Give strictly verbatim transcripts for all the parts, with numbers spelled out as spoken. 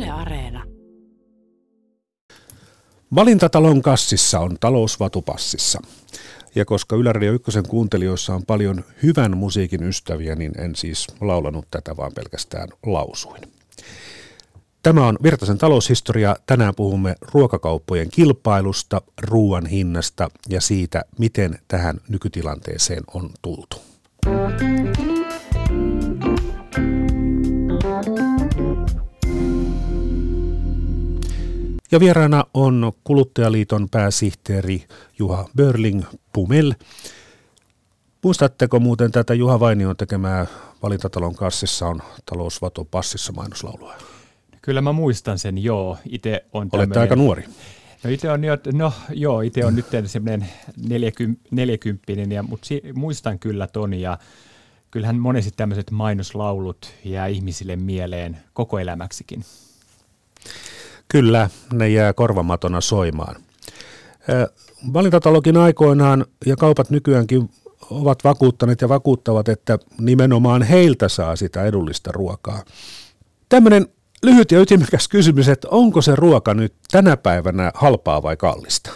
Yle Areena. Valintatalon kassissa on talous vatupassissa. Ja koska Yle Radio Ykkösen kuuntelijoissa on paljon hyvän musiikin ystäviä, niin en siis laulanut tätä, vaan pelkästään lausuin. Tämä on Virtasen taloushistoria. Tänään puhumme ruokakauppojen kilpailusta, ruoan hinnasta ja siitä, miten tähän nykytilanteeseen on tultu. Ja vieraana on Kuluttajaliiton pääsihteeri Juha Börling-Pumel. Muistatteko muuten tätä Juha Vainion tekemää Valintatalon kassissa on talous vatupassissa -mainoslaulua? Kyllä mä muistan sen, joo. Ite on tämmönen... Olette aika nuori. No itse on, no, joo, ite on nyt semmoinen neljäkymppinen, ja, mutta si, muistan kyllä ton, ja kyllähän monesti tämmöiset mainoslaulut jää ihmisille mieleen koko elämäksikin. Kyllä, ne jää korvamatona soimaan. Valintatalokin aikoinaan ja kaupat nykyäänkin ovat vakuuttaneet ja vakuuttavat, että nimenomaan heiltä saa sitä edullista ruokaa. Tämmöinen lyhyt ja ytimekäs kysymys, että onko se ruoka nyt tänä päivänä halpaa vai kallista?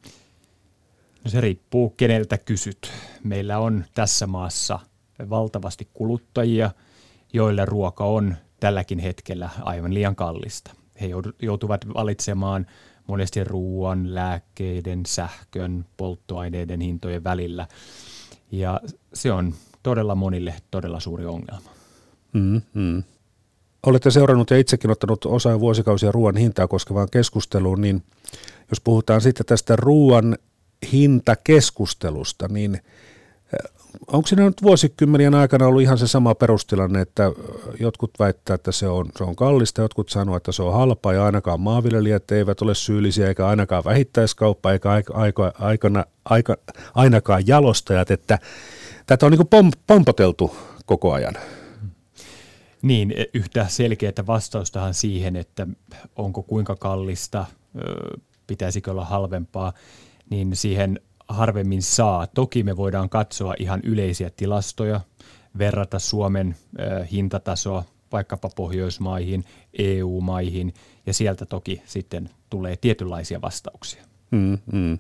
No se riippuu keneltä kysyt. Meillä on tässä maassa valtavasti kuluttajia, joille ruoka on tälläkin hetkellä aivan liian kallista. He joutuvat valitsemaan monesti ruoan, lääkkeiden, sähkön, polttoaineiden hintojen välillä. Ja se on todella monille todella suuri ongelma. Mm-hmm. Olette seurannut ja itsekin ottanut osaa vuosikausia ruoan hintaa koskevaan keskusteluun, niin jos puhutaan sitten tästä ruoan hintakeskustelusta, niin onko siinä nyt vuosikymmenien aikana ollut ihan se sama perustilanne, että jotkut väittää, että se on, se on kallista, jotkut sanoo, että se on halpaa ja ainakaan maanviljelijät eivät ole syyllisiä eikä ainakaan vähittäiskauppa eikä aika, aika, aikana, aika, ainakaan jalostajat, että tätä on niin kuin pom, pompoteltu koko ajan. Niin, yhtä selkeää vastaustahan siihen, että onko kuinka kallista, pitäisikö olla halvempaa, niin siihen harvemmin saa. Toki me voidaan katsoa ihan yleisiä tilastoja, verrata Suomen äh, hintatasoa vaikkapa Pohjoismaihin, E U-maihin, ja sieltä toki sitten tulee tietynlaisia vastauksia. Mm, mm.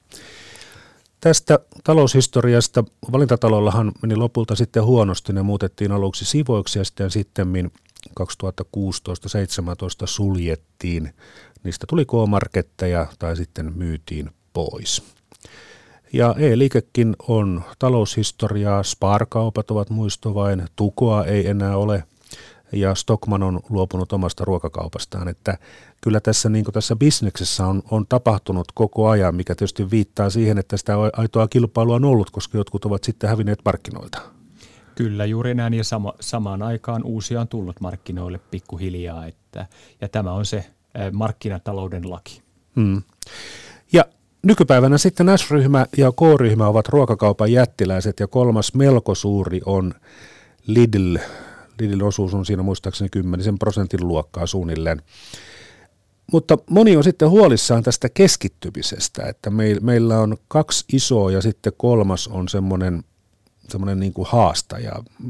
Tästä taloushistoriasta Valintatalollahan meni lopulta sitten huonosti. Ne muutettiin aluksi sivuiksi ja sitten sittemmin kaksituhattakuusitoista seitsemäntoista suljettiin. Niistä tuli K-marketteja tai sitten myytiin pois. Ja e-liikekin on taloushistoriaa, Sparkaupat ovat muisto vain, Tukoa ei enää ole ja Stockmann on luopunut omasta ruokakaupastaan. Että kyllä tässä, niin kuin tässä bisneksessä on, on tapahtunut koko ajan, mikä tietysti viittaa siihen, että sitä aitoa kilpailua on ollut, koska jotkut ovat sitten hävinneet markkinoilta. Kyllä, juuri näin, ja sama, samaan aikaan uusia on tullut markkinoille pikkuhiljaa, että, ja tämä on se markkinatalouden laki. Hmm. Ja nykypäivänä sitten S-ryhmä ja K-ryhmä ovat ruokakaupan jättiläiset ja kolmas melko suuri on Lidl. Lidlin osuus on siinä muistaakseni kymmenisen prosentin luokkaa suunnilleen. Mutta moni on sitten huolissaan tästä keskittymisestä, että meillä on kaksi isoa ja sitten kolmas on semmoinen, semmoinen niin kuin haastaja.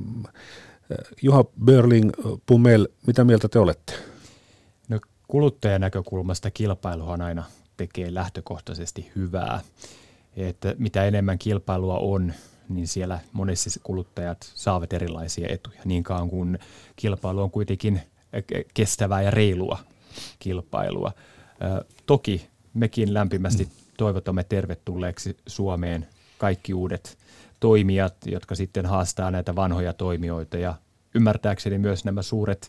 Juha Börling-Pumel, mitä mieltä te olette? No, kuluttajan näkökulmasta kilpailuhan aina tekee lähtökohtaisesti hyvää. Että mitä enemmän kilpailua on, niin siellä monesti kuluttajat saavat erilaisia etuja. Niin kauan kuin kilpailu on kuitenkin kestävää ja reilua kilpailua. Toki mekin lämpimästi toivotamme tervetulleeksi Suomeen kaikki uudet toimijat, jotka sitten haastaa näitä vanhoja toimijoita. Ja ymmärtääkseni myös nämä suuret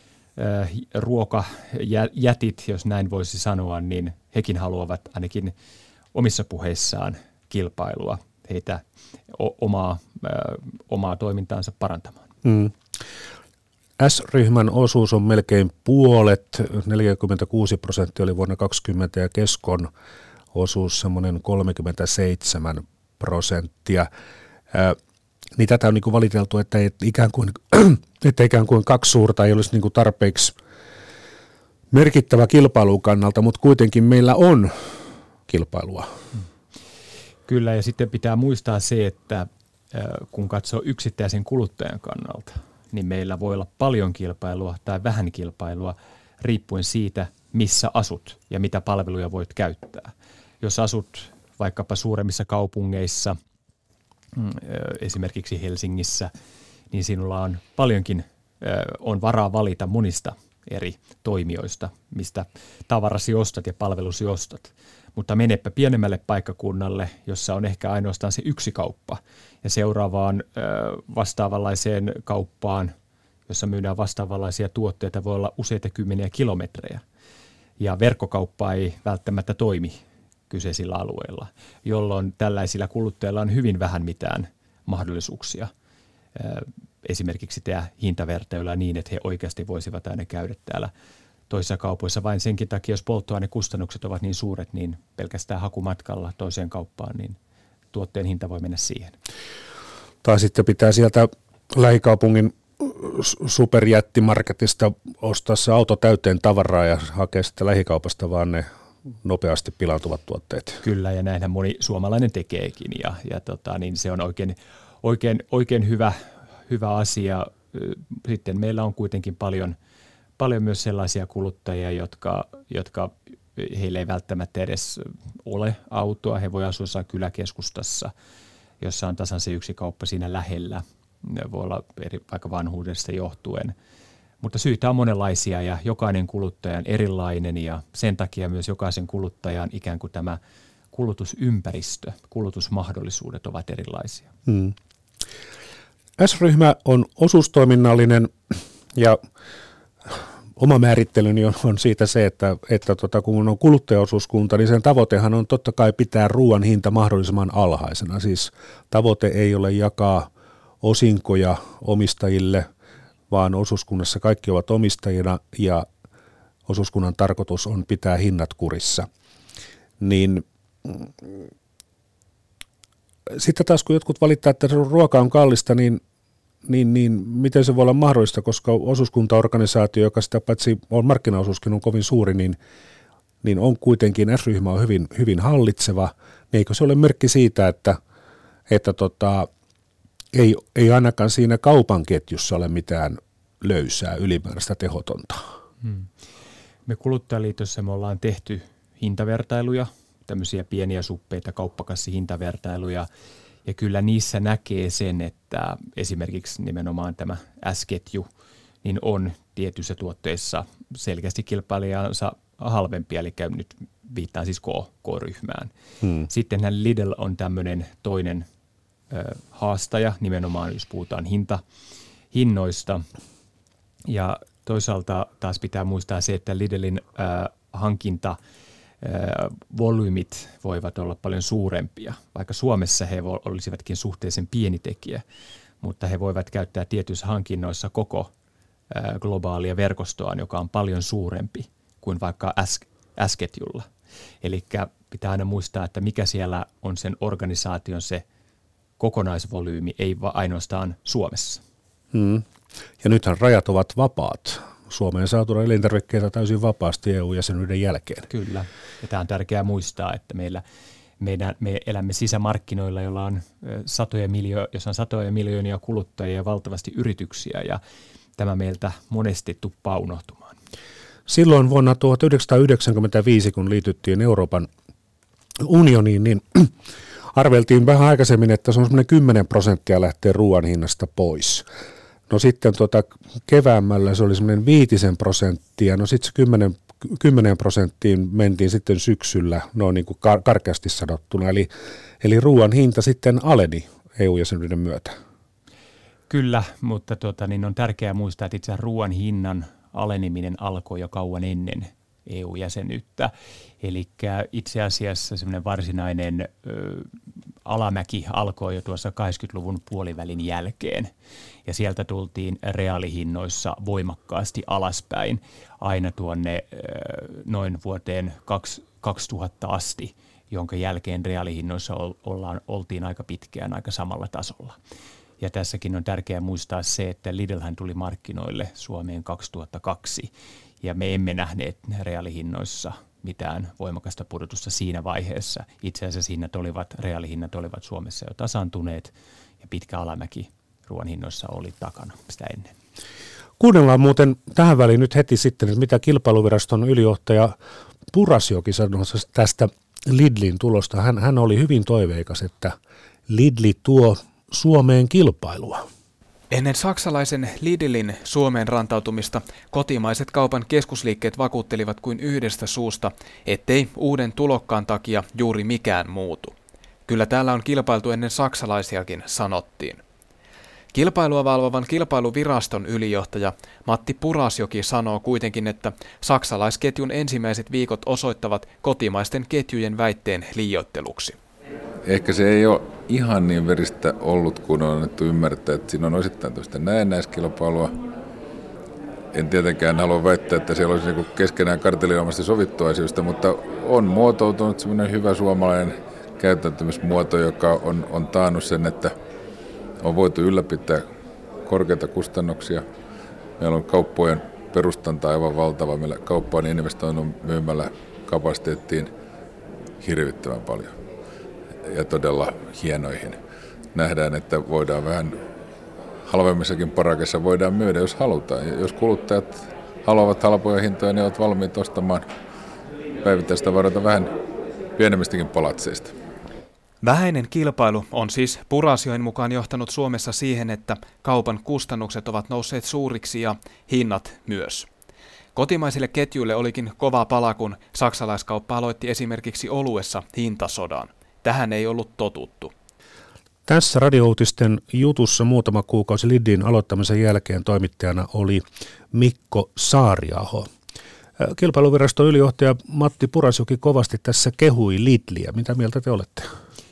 ruokajätit, jos näin voisi sanoa, niin hekin haluavat ainakin omissa puheissaan kilpailua heitä omaa, omaa toimintaansa parantamaan. Mm. S-ryhmän osuus on melkein puolet, neljäkymmentäkuusi prosenttia oli vuonna kaksikymmentä ja Keskon osuus semmoinen kolmekymmentäseitsemän prosenttia. Niin tätä on niin kuin valiteltu, että, ei, ikään kuin, että ikään kuin kaksi suurta ei olisi niin kuin tarpeeksi merkittävä kilpailun kannalta, mutta kuitenkin meillä on kilpailua. Kyllä, ja sitten pitää muistaa se, että kun katsoo yksittäisen kuluttajan kannalta, niin meillä voi olla paljon kilpailua tai vähän kilpailua riippuen siitä, missä asut ja mitä palveluja voit käyttää. Jos asut vaikkapa suuremmissa kaupungeissa, esimerkiksi Helsingissä, niin sinulla on paljonkin on varaa valita monista eri toimijoista, mistä tavarasi ostat ja palvelusi ostat. Mutta menepä pienemmälle paikkakunnalle, jossa on ehkä ainoastaan se yksi kauppa, ja seuraavaan vastaavanlaiseen kauppaan, jossa myydään vastaavanlaisia tuotteita, voi olla useita kymmeniä kilometrejä. Ja verkkokauppa ei välttämättä toimi kyseisillä alueilla, jolloin tällaisilla kuluttajilla on hyvin vähän mitään mahdollisuuksia esimerkiksi tehdä hintavertailuja niin, että he oikeasti voisivat aina käydä täällä toisissa kaupoissa vain senkin takia, jos polttoainekustannukset ovat niin suuret, niin pelkästään hakumatkalla toiseen kauppaan, niin tuotteen hinta voi mennä siihen. Tai sitten pitää sieltä lähikaupungin superjättimarketista ostaa se auto täyteen tavaraa ja hakea sitten lähikaupasta vaan ne nopeasti pilaantuvat tuotteet. Kyllä, ja näinhän moni suomalainen tekeekin, ja, ja tota, niin se on oikein, oikein, oikein hyvä, hyvä asia. Sitten meillä on kuitenkin paljon, paljon myös sellaisia kuluttajia, jotka, jotka heillä ei välttämättä edes ole autoa. He voi asua jossain kyläkeskustassa, jossa on tasan se yksi kauppa siinä lähellä. Ne voi olla eri, vaikka vanhuudesta johtuen. Mutta syitä on monenlaisia ja jokainen kuluttaja on erilainen ja sen takia myös jokaisen kuluttajan ikään kuin tämä kulutusympäristö, kulutusmahdollisuudet ovat erilaisia. Hmm. S-ryhmä on osuustoiminnallinen ja oma määrittelyni on, on siitä se, että, että tota, kun on kuluttajaosuuskunta, niin sen tavoitehan on totta kai pitää ruoan hinta mahdollisimman alhaisena. Siis tavoite ei ole jakaa osinkoja omistajille, vaan osuuskunnassa kaikki ovat omistajina ja osuuskunnan tarkoitus on pitää hinnat kurissa. Niin sitten taas kun jotkut valittaa, että ruoka on kallista, niin, niin, niin miten se voi olla mahdollista, koska osuuskuntaorganisaatio, joka sitä paitsi on markkinaosuuskin on kovin suuri, niin, niin on kuitenkin S-ryhmä on hyvin, hyvin hallitseva. Niin eikö se ole merkki siitä, että, että tota, ei, ei ainakaan siinä kaupan ketjussa ole mitään löysää, ylimääräistä, tehotonta? Hmm. Me Kuluttajaliitossa me ollaan tehty hintavertailuja, tämmöisiä pieniä suppeita kauppakassihintavertailuja, ja kyllä niissä näkee sen, että esimerkiksi nimenomaan tämä S-ketju niin on tietyissä tuotteissa selkeästi kilpailijansa halvempia, eli nyt viittaan siis K-ryhmään. Hmm. Sitten Lidl on tämmöinen toinen ö, haastaja, nimenomaan jos puhutaan hinta, hinnoista, ja toisaalta taas pitää muistaa se, että Lidlin ö, hankinta volyymit voivat olla paljon suurempia, vaikka Suomessa he olisivatkin suhteellisen pieni tekijä, mutta he voivat käyttää tietyissä hankinnoissa koko globaalia verkostoa, joka on paljon suurempi kuin vaikka S-ketjulla. Eli pitää aina muistaa, että mikä siellä on sen organisaation se kokonaisvolyymi, ei ainoastaan Suomessa. Hmm. Ja nythän rajat ovat vapaat. Suomeen saa tuoda elintarvikkeita täysin vapaasti E U-jäsenyyden jälkeen. Kyllä, ja tämä on tärkeää muistaa, että meillä, meidän, me elämme sisämarkkinoilla, joilla on satoja, miljo- jossa on satoja miljoonia kuluttajia ja valtavasti yrityksiä, ja tämä meiltä monesti tuppaa unohtumaan. Silloin vuonna tuhatyhdeksänsataayhdeksänkymmentäviisi, kun liityttiin Euroopan unioniin, niin arveltiin vähän aikaisemmin, että se on semmoinen kymmenen prosenttia lähtee ruoan hinnasta pois. No sitten tuota, keväämällä se oli semmoinen viitisen prosenttia, no sitten se kymmenen, kymmenen prosenttiin mentiin sitten syksyllä, noin niin kuin kar- karkeasti sanottuna, eli, eli ruoan hinta sitten aleni E U-jäsenyyden myötä. Kyllä, mutta tuota, niin on tärkeää muistaa, että itse ruoan hinnan aleneminen alkoi jo kauan ennen E U-jäsenyyttä, eli itse asiassa semmoinen varsinainen ö, alamäki alkoi jo tuossa kahdeksankymmentäluvun puolivälin jälkeen, ja sieltä tultiin reaalihinnoissa voimakkaasti alaspäin aina tuonne ö, noin vuoteen kaksituhatta asti, jonka jälkeen reaalihinnoissa ollaan, oltiin aika pitkään aika samalla tasolla. Ja tässäkin on tärkeää muistaa se, että Lidlhän tuli markkinoille Suomeen kaksituhattakaksi, ja me emme nähneet reaalihinnoissa mitään voimakasta pudotusta siinä vaiheessa. Itse asiassa hinnat olivat, reaalihinnat olivat Suomessa jo tasaantuneet, ja pitkä alamäki ruoan hinnoissa oli takana sitä ennen. Kuunnellaan muuten tähän väliin nyt heti sitten, että mitä Kilpailuviraston ylijohtaja Purasjoki sanoi tästä Lidlin tulosta. Hän, hän oli hyvin toiveikas, että Lidl tuo Suomeen kilpailua. Ennen saksalaisen Lidlin Suomeen rantautumista kotimaiset kaupan keskusliikkeet vakuuttelivat kuin yhdestä suusta, ettei uuden tulokkaan takia juuri mikään muutu. Kyllä täällä on kilpailtu ennen saksalaisiakin, sanottiin. Kilpailua valvovan kilpailuviraston ylijohtaja Matti Purasjoki sanoo kuitenkin, että saksalaisketjun ensimmäiset viikot osoittavat kotimaisten ketjujen väitteen liioitteluksi. Ehkä se ei ole ihan niin veristä ollut, kun on annettu ymmärtää, että siinä on osittain tällaista näennäiskilpailua. En tietenkään halua väittää, että siellä olisi niin keskenään kartellinomaisesti sovittua asioista, mutta on muotoutunut semmoinen hyvä suomalainen käyttäytymismuoto, joka on, on taannut sen, että on voitu ylläpitää korkeita kustannuksia. Meillä on kauppojen perustanta aivan valtava. Meillä kauppa on investoinut myymällä kapasiteettiin hirvittävän paljon ja todella hienoihin. Nähdään, että voidaan vähän halvemmissakin parakessa voidaan myydä, jos halutaan. Jos kuluttajat haluavat halpoja hintoja, niin ovat valmiit ostamaan päivittäistä varoita vähän pienemmistäkin palatseista. Vähäinen kilpailu on siis Purasjoen mukaan johtanut Suomessa siihen, että kaupan kustannukset ovat nousseet suuriksi ja hinnat myös. Kotimaisille ketjuille olikin kova pala, kun saksalaiskauppa aloitti esimerkiksi oluessa hintasodan. Tähän ei ollut totuttu. Tässä radiouutisten jutussa muutama kuukausi Lidlin aloittamisen jälkeen toimittajana oli Mikko Saariaho. Kilpailuviraston ylijohtaja Matti Purasjoki kovasti tässä kehui Lidliä. Mitä mieltä te olette?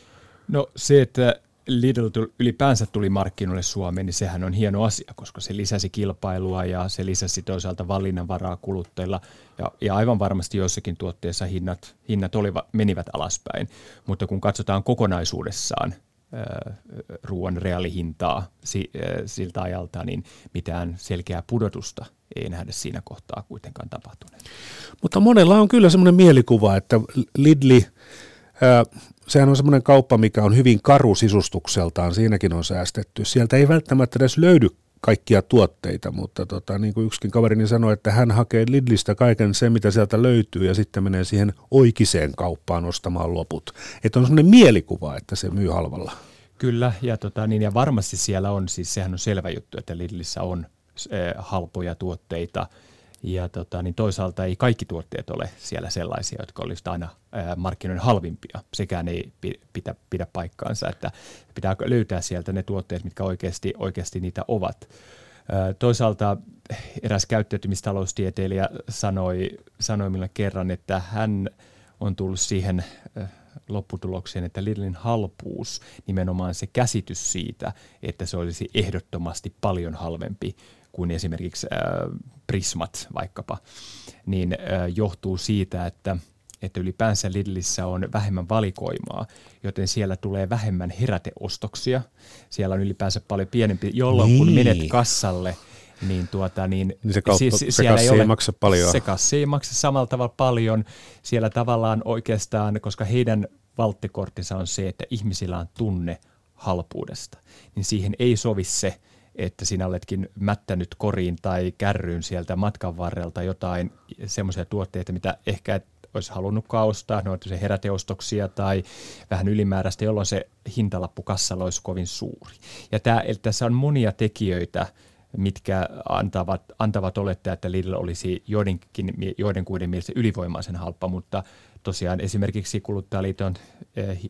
No se, että Lidl ylipäänsä tuli markkinoille Suomeen, niin sehän on hieno asia, koska se lisäsi kilpailua ja se lisäsi toisaalta valinnanvaraa kuluttajilla. Ja, ja aivan varmasti joissakin tuotteissa hinnat, hinnat olivat, menivät alaspäin, mutta kun katsotaan kokonaisuudessaan ää, ruoan reaalihintaa si, ää, siltä ajalta, niin mitään selkeää pudotusta ei nähdä siinä kohtaa kuitenkaan tapahtuneen. Mutta monella on kyllä semmoinen mielikuva, että Lidli, ää, sehän on semmoinen kauppa, mikä on hyvin karu sisustukseltaan, siinäkin on säästetty. Sieltä ei välttämättä edes löydy kaikkia tuotteita, mutta tota, niin kuin yksikin kaverini sanoi, että hän hakee Lidlistä kaiken sen, mitä sieltä löytyy, ja sitten menee siihen oikeiseen kauppaan ostamaan loput. Että on semmoinen mielikuva, että se myy halvalla. Kyllä, ja, tota, niin, ja varmasti siellä on, siis sehän on selvä juttu, että Lidlissä on äh, halpoja tuotteita, ja tota, niin toisaalta ei kaikki tuotteet ole siellä sellaisia, jotka olisivat aina ää, markkinoiden halvimpia. Sekään ei pidä, pidä paikkaansa, että pitää löytää sieltä ne tuotteet, mitkä oikeasti, oikeasti niitä ovat. Ää, toisaalta eräs käyttäytymistaloustieteilijä sanoi, sanoi minulle kerran, että hän on tullut siihen ää, lopputulokseen, että Lidlin halpuus, nimenomaan se käsitys siitä, että se olisi ehdottomasti paljon halvempi kuin esimerkiksi äh, Prismat vaikkapa, niin äh, johtuu siitä, että, että ylipäänsä Lidlissä on vähemmän valikoimaa, joten siellä tulee vähemmän heräteostoksia. Siellä on ylipäänsä paljon pienempi, jolloin niin. kun menet kassalle, niin, tuota, niin, niin se, kauppa, siis, se kassi ei, ole, ei maksa paljon. Se kassi ei maksa samalla tavalla paljon. Siellä tavallaan oikeastaan, koska heidän valttikorttinsa on se, että ihmisillä on tunne halpuudesta, niin siihen ei sovi se, että sinä oletkin mättänyt koriin tai kärryyn sieltä matkan varrelta jotain semmoisia tuotteita, mitä ehkä et olisi halunnutkaan ostaa, ne on se heräteostoksia tai vähän ylimääräistä, jolloin se hintalappu kassalla olisi kovin suuri. Ja tämä, eli tässä on monia tekijöitä, mitkä antavat, antavat olettaa, että Lidl olisi joidenkin, joidenkuiden mielestä ylivoimaisen halpa, mutta tosiaan esimerkiksi Kuluttajaliiton eh,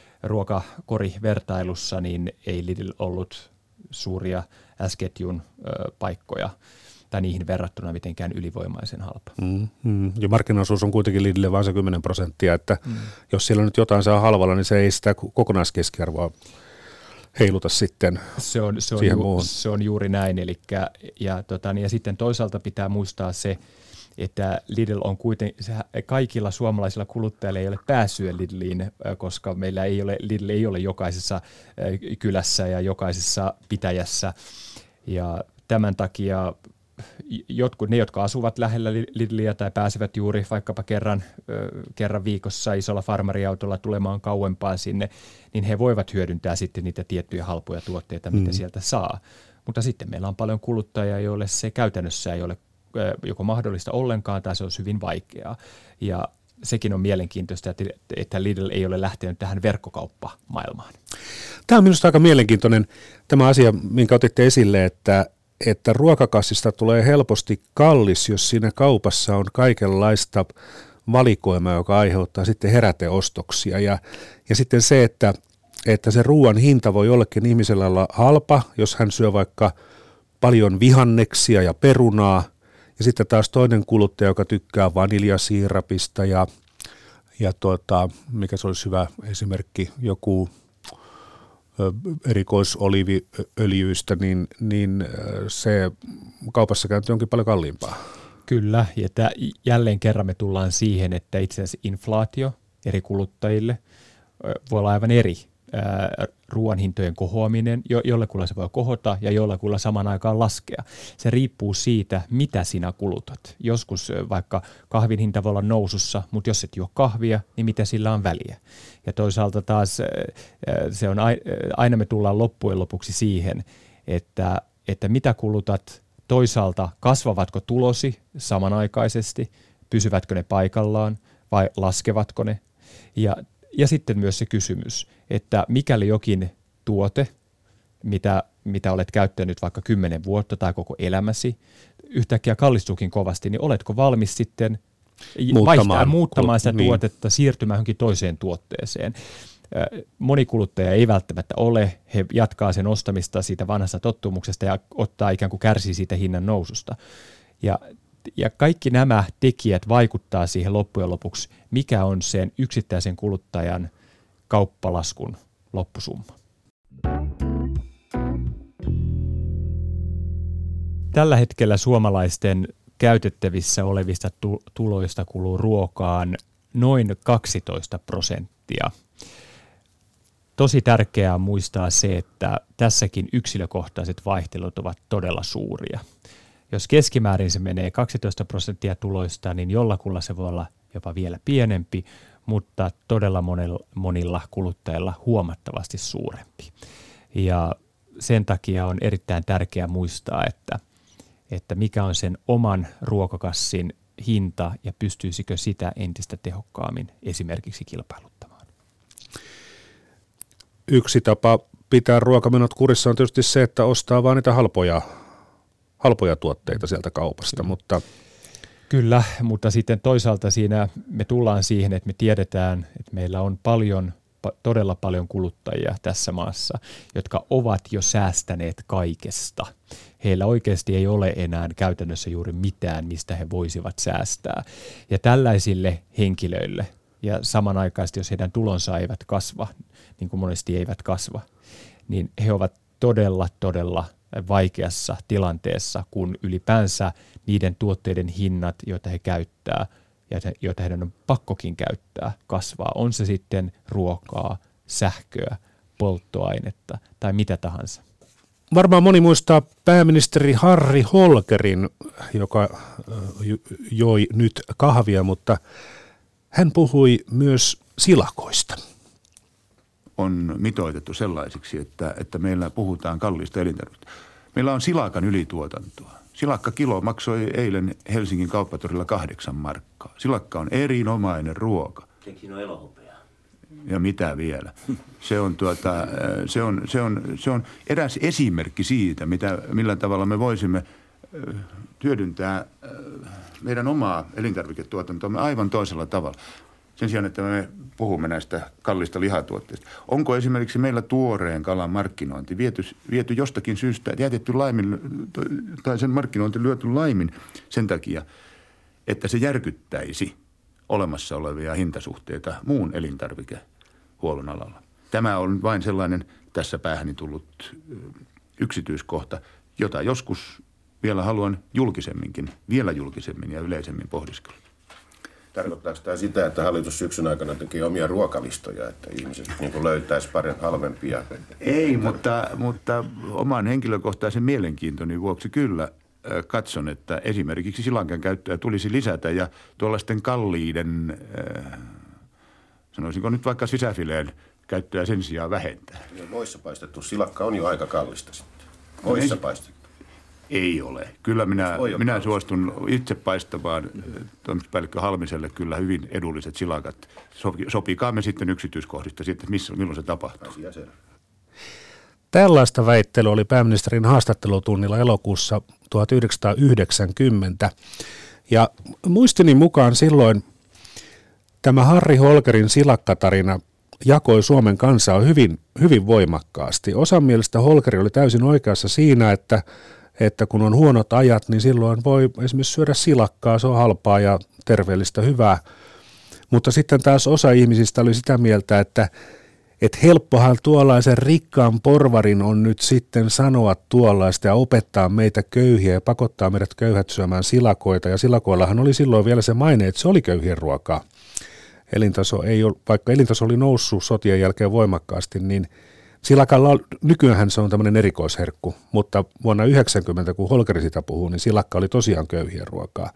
ruokakorivertailussa niin ei Lidl ollut suuria S-ketjun ö, paikkoja tai niihin verrattuna mitenkään ylivoimaisen halpa. Mm, mm. Ja markkinaosuus on kuitenkin Lidlille vain se kymmenen prosenttia, että mm. jos siellä nyt jotain saa halvalla, niin se ei sitä kokonaiskeskiarvoa heiluta sitten se on, se on siihen ju, muuhun. Se on juuri näin, elikkä, ja, tota, ja sitten toisaalta pitää muistaa se, että Lidl on kuitenkin, kaikilla suomalaisilla kuluttajilla ei ole pääsyä Lidliin, koska meillä ei ole, Lidl ei ole jokaisessa kylässä ja jokaisessa pitäjässä. Ja tämän takia jotkut, ne, jotka asuvat lähellä Lidliä tai pääsevät juuri vaikkapa kerran, kerran viikossa isolla farmariautolla tulemaan kauempaa sinne, niin he voivat hyödyntää sitten niitä tiettyjä halpoja tuotteita, mitä mm. sieltä saa. Mutta sitten meillä on paljon kuluttajia, joille se käytännössä ei ole joko mahdollista ollenkaan tai se on hyvin vaikeaa. Ja sekin on mielenkiintoista, että Lidl ei ole lähtenyt tähän verkkokauppamaailmaan. Tämä on minusta aika mielenkiintoinen tämä asia, minkä otitte esille, että, että ruokakassista tulee helposti kallis, jos siinä kaupassa on kaikenlaista valikoimaa, joka aiheuttaa sitten heräteostoksia. Ja, ja sitten se, että, että se ruoan hinta voi jollekin ihmisellä olla halpa, jos hän syö vaikka paljon vihanneksia ja perunaa. Ja sitten taas toinen kuluttaja, joka tykkää vaniljasiirapista ja, ja tuota, mikä se olisi hyvä esimerkki, joku erikoisoliiviöljyistä, niin, niin se kaupassa käynti onkin paljon kalliimpaa. Kyllä, ja että jälleen kerran me tullaan siihen, että itse asiassa inflaatio eri kuluttajille voi olla aivan eri. Ruoan hintojen kohoaminen, jo, jollekulla se voi kohota ja jollekulla saman aikaan laskea. Se riippuu siitä, mitä sinä kulutat. Joskus vaikka kahvin hinta voi olla nousussa, mutta jos et juo kahvia, niin mitä sillä on väliä. Ja toisaalta taas se on aina me tullaan loppujen lopuksi siihen, että, että mitä kulutat. Toisaalta kasvavatko tulosi samanaikaisesti, pysyvätkö ne paikallaan vai laskevatko ne. Ja Ja sitten myös se kysymys, että mikäli jokin tuote, mitä, mitä olet käyttänyt vaikka kymmenen vuotta tai koko elämäsi, yhtäkkiä kallistuukin kovasti, niin oletko valmis sitten muuttamaan, vaihtaa, muuttamaan sitä niin. tuotetta, siirtymään johonkin toiseen tuotteeseen. Moni kuluttaja ei välttämättä ole, he jatkaa sen ostamista siitä vanhasta tottumuksesta ja ottaa ikään kuin kärsii siitä hinnan noususta. Ja Ja kaikki nämä tekijät vaikuttaa siihen loppujen lopuksi, mikä on sen yksittäisen kuluttajan kauppalaskun loppusumma. Tällä hetkellä suomalaisten käytettävissä olevista tuloista kuluu ruokaan noin kaksitoista prosenttia. Tosi tärkeää muistaa se, että tässäkin yksilökohtaiset vaihtelut ovat todella suuria. Jos keskimäärin se menee kaksitoista prosenttia tuloista, niin jollakulla se voi olla jopa vielä pienempi, mutta todella monilla, monilla kuluttajilla huomattavasti suurempi. Ja sen takia on erittäin tärkeää muistaa, että, että mikä on sen oman ruokakassin hinta ja pystyisikö sitä entistä tehokkaammin esimerkiksi kilpailuttamaan. Yksi tapa pitää ruokamenot kurissa on tietysti se, että ostaa vain niitä halpoja halpoja tuotteita sieltä kaupasta, Kyllä. mutta... Kyllä, mutta sitten toisaalta siinä me tullaan siihen, että me tiedetään, että meillä on paljon, todella paljon kuluttajia tässä maassa, jotka ovat jo säästäneet kaikesta. Heillä oikeasti ei ole enää käytännössä juuri mitään, mistä he voisivat säästää. Ja tällaisille henkilöille, ja samanaikaisesti jos heidän tulonsa eivät kasva, niin kuin monesti eivät kasva, niin he ovat todella, todella vaikeassa tilanteessa, kun ylipäänsä niiden tuotteiden hinnat, joita he käyttää ja joita heidän on pakkokin käyttää, kasvaa. On se sitten ruokaa, sähköä, polttoainetta tai mitä tahansa. Varmaan moni muistaa pääministeri Harri Holkerin, joka joi nyt kahvia, mutta hän puhui myös silakoista. On mitoitettu sellaisiksi, että, että meillä puhutaan kalliista elintarvikkeista. Meillä on silakan ylituotantoa. Silakka kilo maksoi eilen Helsingin kauppatorilla kahdeksan markkaa. Silakka on erinomainen ruoka. Sekin on elohopeaa. Ja mitä vielä? Se on, tuota, se on, se on, se on eräs esimerkki siitä, mitä, millä tavalla me voisimme hyödyntää meidän omaa elintarviketuotantoamme aivan toisella tavalla. Sen sijaan, että me puhumme näistä kallista lihatuotteista. Onko esimerkiksi meillä tuoreen kalan markkinointi viety, viety jostakin syystä, jätetty laimin, tai sen markkinointi lyöty laimin sen takia, että se järkyttäisi olemassa olevia hintasuhteita muun elintarvikehuollon alalla. Tämä on vain sellainen tässä päähäni tullut yksityiskohta, jota joskus vielä haluan julkisemminkin, vielä julkisemmin ja yleisemmin pohdiskella. Tarkoittaako tämä sitä, että hallitus syksyn aikana tekee omia ruokalistoja, että ihmiset niin löytäisi paremmin halvempia? Ei, mutta, mutta oman henkilökohtaisen mielenkiintoni vuoksi kyllä katson, että esimerkiksi silankan käyttöä tulisi lisätä ja tuollaisten kalliiden, sanoisinko nyt vaikka sisäfileen käyttöä sen sijaan vähentää. Ja voissa paistettu silakka on jo aika kallista sitten. Oissa paistettu. Ei ole. Kyllä minä, minä suostun itse paistamaan toimituspäällikkö Halmiselle kyllä hyvin edulliset silakat. Sopi, sopikaamme sitten yksityiskohdista, sitten missä, milloin se tapahtuu. Asia selvä. Tällaista väittelyä oli pääministerin haastattelutunnilla elokuussa tuhatyhdeksänsataayhdeksänkymmentä. Ja muistini mukaan silloin tämä Harri Holkerin silakkatarina jakoi Suomen kansaa hyvin, hyvin voimakkaasti. Osan mielestä Holkeri oli täysin oikeassa siinä, että, että kun on huonot ajat, niin silloin voi esimerkiksi syödä silakkaa, se on halpaa ja terveellistä, hyvää. Mutta sitten taas osa ihmisistä oli sitä mieltä, että että helppohan tuollaisen rikkaan porvarin on nyt sitten sanoa tuollaista ja opettaa meitä köyhiä ja pakottaa meidät köyhät syömään silakoita. Ja silakoillahan oli silloin vielä se maine, että se oli köyhien ruokaa. Elintaso ei ole, vaikka elintaso oli noussut sotien jälkeen voimakkaasti, niin silakalla on, nykyään se on tämmöinen erikoisherkku, mutta vuonna yhdeksänkymmentä, kun Holkeri sitä puhuu, niin silakka oli tosiaan köyhien ruokaa.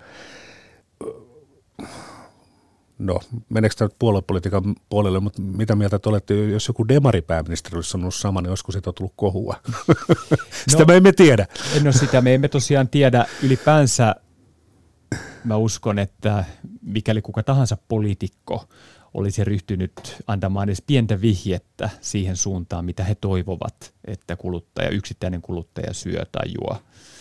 No, meneekö tämä nyt puoluepolitiikan puolelle, mutta mitä mieltä te olette, jos joku demaripääministeri olisi sanonut sama, niin olisiko siitä tullut kohua? Sitä no, me emme tiedä. No sitä me emme tosiaan tiedä. Ylipäänsä mä uskon, että mikäli kuka tahansa poliitikko olisi ryhtynyt antamaan edes pientä vihjettä siihen suuntaan, mitä he toivovat, että kuluttaja, yksittäinen kuluttaja syö tai juo,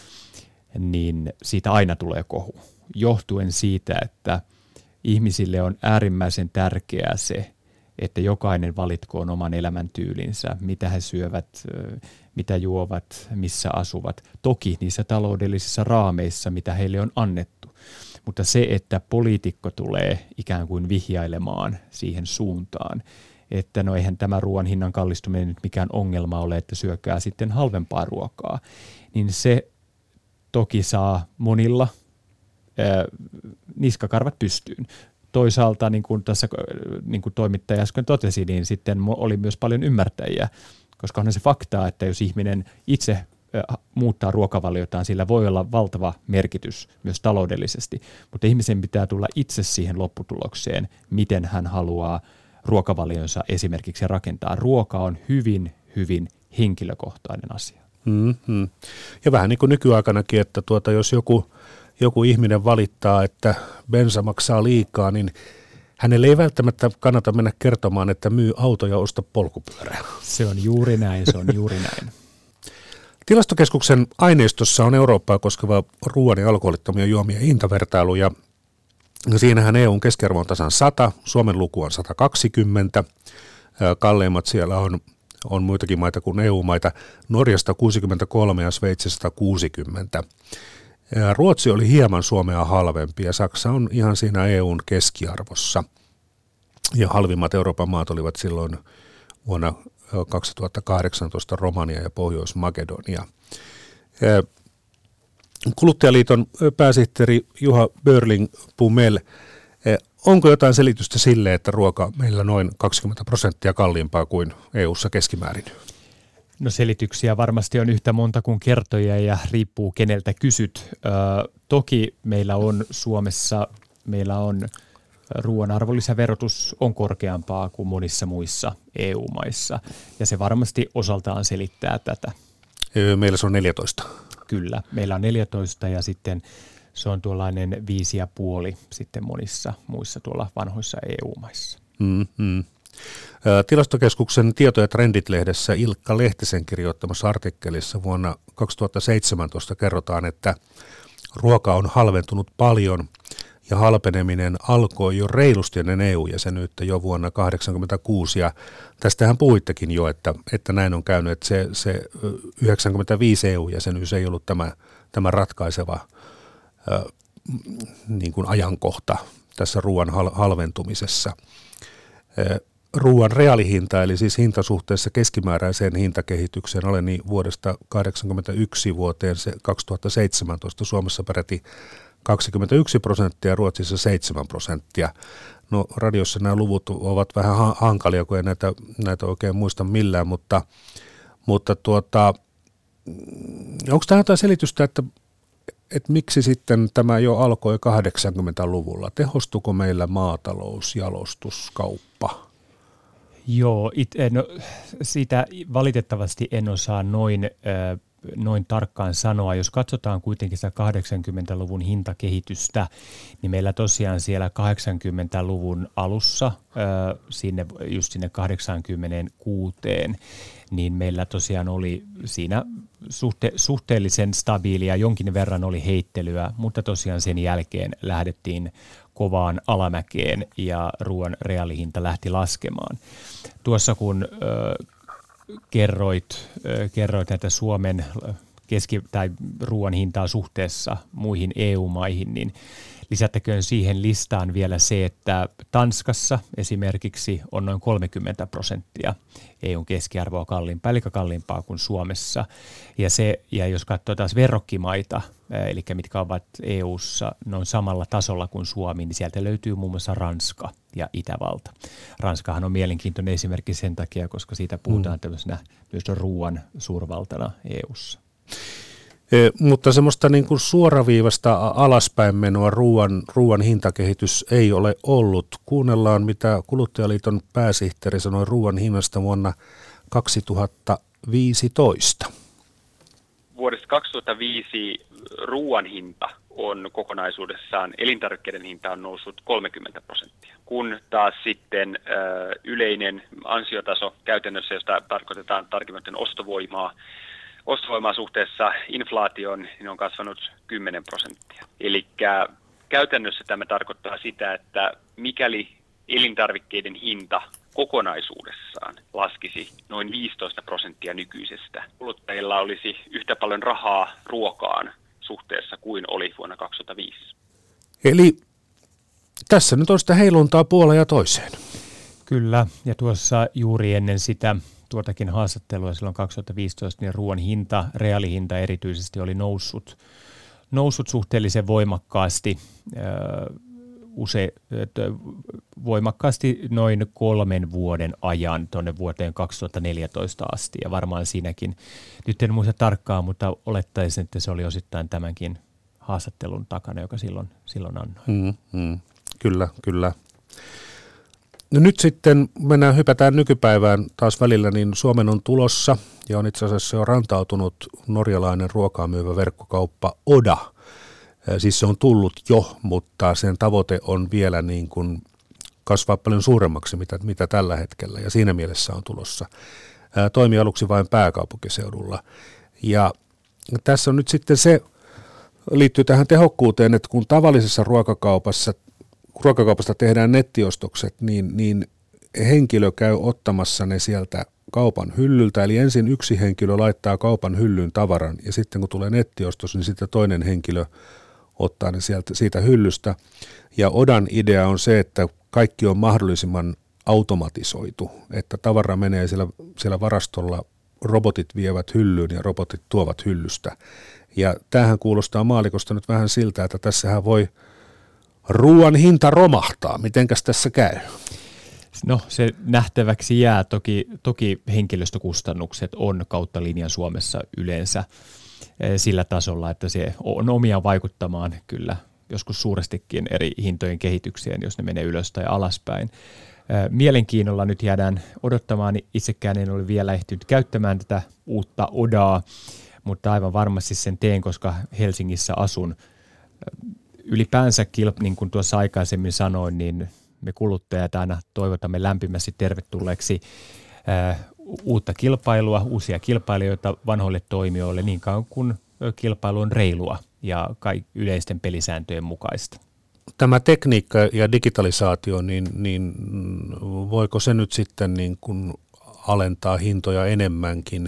niin siitä aina tulee kohu. Johtuen siitä, että ihmisille on äärimmäisen tärkeää se, että jokainen valitkoon oman elämäntyylinsä, mitä he syövät, mitä juovat, missä asuvat. Toki niissä taloudellisissa raameissa, mitä heille on annettu. Mutta se, että poliitikko tulee ikään kuin vihjailemaan siihen suuntaan, että no eihän tämä ruoan hinnan kallistuminen nyt mikään ongelma ole, että syökää sitten halvempaa ruokaa, niin se toki saa monilla niskakarvat pystyyn. Toisaalta, niin kuin tässä niin kuin toimittaja äsken totesi, niin sitten oli myös paljon ymmärtäjiä, koska onhan se faktaa, että jos ihminen itse muuttaa ruokavaliotaan, sillä voi olla valtava merkitys myös taloudellisesti, mutta ihmisen pitää tulla itse siihen lopputulokseen, miten hän haluaa ruokavalionsa esimerkiksi rakentaa. Ruoka on hyvin, hyvin henkilökohtainen asia. Mm-hmm. Ja vähän niin kuin nykyaikanakin, että tuota, jos joku joku ihminen valittaa, että bensa maksaa liikaa, niin hänelle ei välttämättä kannata mennä kertomaan, että myy auto ja osta polkupyörää. Se on juuri näin, se on juuri näin. Tilastokeskuksen aineistossa on Eurooppaa koskeva ruoan ja alkoholittomia juomia hintavertailu, ja siinähän E U:n keskiarvo on tasan sata, Suomen luku on sata kaksikymmentä, kalleimmat siellä on, on muitakin maita kuin E U-maita, Norjasta kuusikymmentäkolme ja Sveitsi sata kuusikymmentä. Ruotsi oli hieman Suomea halvempi ja Saksa on ihan siinä E U:n keskiarvossa. Ja halvimmat Euroopan maat olivat silloin vuonna kaksituhattakahdeksantoista Romania ja Pohjois-Makedonia. Kuluttajaliiton pääsihteeri Juha Börling-Pumel, onko jotain selitystä sille, että ruoka meillä noin kaksikymmentä prosenttia kalliimpaa kuin E U:ssa keskimäärin? No selityksiä varmasti on yhtä monta kuin kertoja ja riippuu keneltä kysyt. Ö, toki meillä on Suomessa, meillä on ruoan arvonlisäverotus on korkeampaa kuin monissa muissa E U-maissa ja se varmasti osaltaan selittää tätä. Meillä se on neljätoista. Kyllä, meillä on neljätoista ja sitten se on tuollainen viisi ja puoli sitten monissa muissa tuolla vanhoissa E U-maissa. Mm-hmm. Tilastokeskuksen Tieto- ja trendit-lehdessä Ilkka Lehtisen kirjoittamassa artikkelissa vuonna kaksituhattaseitsemäntoista kerrotaan, että ruoka on halventunut paljon ja halpeneminen alkoi jo reilusti ennen E U-jäsenyyttä jo vuonna tuhatyhdeksänsataakahdeksankymmentäkuusi. Ja tästähän puhuittekin jo, että, että näin on käynyt, että se, se yhdeksänkymmentäviisi E U-jäsenyys ei ollut tämä, tämä ratkaiseva äh, niin kuin ajankohta tässä ruoan hal- halventumisessa. Äh, Ruoan reaalihinta, eli siis hinta suhteessa keskimääräiseen hintakehitykseen, aleni vuodesta kahdeksankymmentäyksi vuoteen kaksituhattaseitsemäntoista Suomessa peräti kaksikymmentäyksi prosenttia ja Ruotsissa seitsemän prosenttia. No radiossa nämä luvut ovat vähän hankalia, kun ei näitä, näitä oikein muista millään, mutta, mutta tuota, onko tämä jotain selitystä, että, että miksi sitten tämä jo alkoi kahdeksankymmentäluvulla? Tehostuko meillä maatalous, jalostus, kauppa? Joo, it, no, siitä valitettavasti en osaa noin ö, noin tarkkaan sanoa. Jos katsotaan kuitenkin sitä kahdeksankymmentäluvun hintakehitystä, niin meillä tosiaan siellä kahdeksankymmentäluvun alussa sinne, just sinne kahdeksankymmentäkuusi, niin meillä tosiaan oli siinä suhte, suhteellisen stabiilia, jonkin verran oli heittelyä, mutta tosiaan sen jälkeen lähdettiin kovaan alamäkeen ja ruoan reaalihinta lähti laskemaan. Tuossa kun ö, kerroit, ö, kerroit näitä Suomen keski- tai ruoan hintaa suhteessa muihin E U-maihin, niin lisättäköön siihen listaan vielä se, että Tanskassa esimerkiksi on noin kolmekymmentä prosenttia E U:n keskiarvoa kalliimpaa, eli kalliimpaa kuin Suomessa. Ja, se, ja jos katsoo taas verrokkimaita, eli mitkä ovat E U:ssa noin samalla tasolla kuin Suomi, niin sieltä löytyy muun muassa Ranska ja Itävalta. Ranskahan on mielenkiintoinen esimerkki sen takia, koska siitä puhutaan mm. tämmöisenä myös ruoan suurvaltana E U:ssa. E, mutta semmoista niin kuin suoraviivasta alaspäin menoa ruoan, ruoan hintakehitys ei ole ollut. Kuunnellaan, mitä Kuluttajaliiton pääsihteeri sanoi ruoan hinnasta vuonna kaksituhattaviisitoista. Vuodesta kaksituhattaviisi ruoan hinta on kokonaisuudessaan, elintarvikkeiden hinta on noussut kolmekymmentä prosenttia, kun taas sitten ö, yleinen ansiotaso käytännössä, josta tarkoitetaan tarkemmin ostovoimaa, ostovoimaa suhteessa inflaatioon, niin on kasvanut kymmenen prosenttia. Eli käytännössä tämä tarkoittaa sitä, että mikäli elintarvikkeiden hinta kokonaisuudessaan laskisi noin viisitoista prosenttia nykyisestä, kuluttajilla olisi yhtä paljon rahaa ruokaan suhteessa kuin oli vuonna kaksituhattaviisi. Eli tässä nyt on sitä heiluntaa puoleen ja toiseen. Kyllä, ja tuossa juuri ennen sitä tuotakin haastattelua silloin kaksituhattaviisitoista, niin ruoan hinta, reaalihinta erityisesti oli noussut, noussut suhteellisen voimakkaasti, use, voimakkaasti noin kolmen vuoden ajan tuonne vuoteen kaksituhattaneljätoista asti. Ja varmaan siinäkin, nyt en muista tarkkaan, mutta olettaisin, että se oli osittain tämänkin haastattelun takana, joka silloin, silloin annoi. Mm, mm. Kyllä, kyllä. No nyt sitten mennään, hypätään nykypäivään taas välillä, niin Suomen on tulossa ja on itse asiassa jo rantautunut norjalainen ruokaa myyvä verkkokauppa Oda. Siis se on tullut jo, mutta sen tavoite on vielä niin kuin kasvaa paljon suuremmaksi, mitä, mitä tällä hetkellä, ja siinä mielessä on tulossa. Toimii aluksi vain pääkaupunkiseudulla. Ja tässä on nyt sitten se, liittyy tähän tehokkuuteen, että kun tavallisessa ruokakaupassa, ruokakaupasta tehdään nettiostokset, niin, niin henkilö käy ottamassa ne sieltä kaupan hyllyltä, eli ensin yksi henkilö laittaa kaupan hyllyyn tavaran, ja sitten kun tulee nettiostos, niin sitten toinen henkilö ottaa ne sieltä, siitä hyllystä. Ja Odan idea on se, että kaikki on mahdollisimman automatisoitu, että tavara menee siellä, siellä varastolla, robotit vievät hyllyyn ja robotit tuovat hyllystä. Ja tämähän kuulostaa maalikosta nyt vähän siltä, että tässähän voi ruoan hinta romahtaa. Mitenkäs tässä käy? No se nähtäväksi jää. Toki, toki henkilöstökustannukset on kautta linjan Suomessa yleensä sillä tasolla, että se on omia vaikuttamaan kyllä joskus suurestikin eri hintojen kehitykseen, jos ne menee ylös tai alaspäin. Mielenkiinnolla nyt jäädään odottamaan. Itsekään en ole vielä ehtinyt käyttämään tätä uutta Odaa, mutta aivan varmasti sen teen, koska Helsingissä asun. Ylipäänsä, niin kuin tuossa aikaisemmin sanoin, niin me kuluttajat aina toivotamme lämpimästi tervetulleeksi uutta kilpailua, uusia kilpailijoita vanhoille toimijoille niin kauan kuin kilpailu on reilua ja yleisten pelisääntöjen mukaista. Tämä tekniikka ja digitalisaatio, niin, niin voiko se nyt sitten niin kuin alentaa hintoja enemmänkin?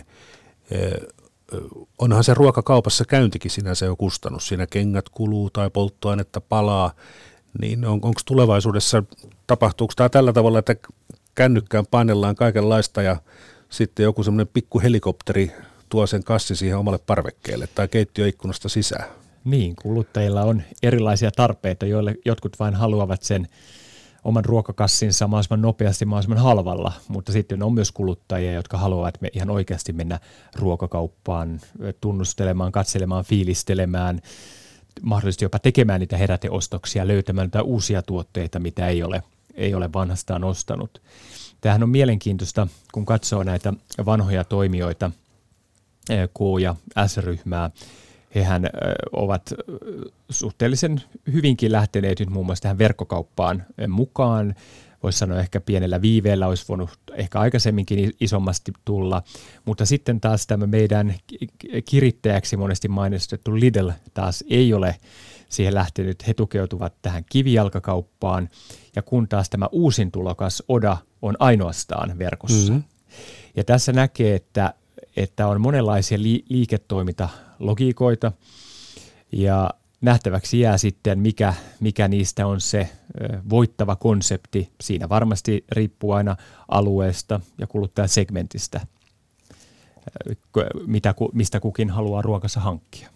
Onhan se ruokakaupassa käyntikin sinänsä jo kustannus. Siinä kengät kuluu tai polttoainetta palaa. Niin on, onko tulevaisuudessa, tapahtuuko tämä tällä tavalla, että kännykkään painellaan kaikenlaista ja sitten joku semmoinen pikku helikopteri tuo sen kassi siihen omalle parvekkeelle tai keittiöikkunasta sisään? Niin, kuluttajilla on erilaisia tarpeita, joille jotkut vain haluavat sen oman ruokakassinsa mahdollisimman nopeasti, mahdollisimman halvalla, mutta sitten on myös kuluttajia, jotka haluavat me ihan oikeasti mennä ruokakauppaan tunnustelemaan, katselemaan, fiilistelemään, mahdollisesti jopa tekemään niitä heräteostoksia, löytämään niitä uusia tuotteita, mitä ei ole, ei ole vanhastaan ostanut. Tämähän on mielenkiintoista, kun katsoo näitä vanhoja toimijoita, K- ja S-ryhmää. Hehän ovat suhteellisen hyvinkin lähteneet nyt muun muassa tähän verkkokauppaan mukaan. Voisi sanoa ehkä pienellä viiveellä olisi voinut ehkä aikaisemminkin isommasti tulla, mutta sitten taas tämä meidän kirittäjäksi monesti mainostettu Lidl taas ei ole siihen lähtenyt. He tukeutuvat tähän kivijalkakauppaan, ja kun taas tämä uusin tulokas Oda on ainoastaan verkossa. Mm-hmm. Ja tässä näkee, että, että on monenlaisia li- liiketoimintalogiikoita, ja nähtäväksi jää sitten, mikä, mikä niistä on se voittava konsepti. Siinä varmasti riippuu aina alueesta ja kuluttajasegmentistä, mitä, mistä kukin haluaa ruokansa hankkia.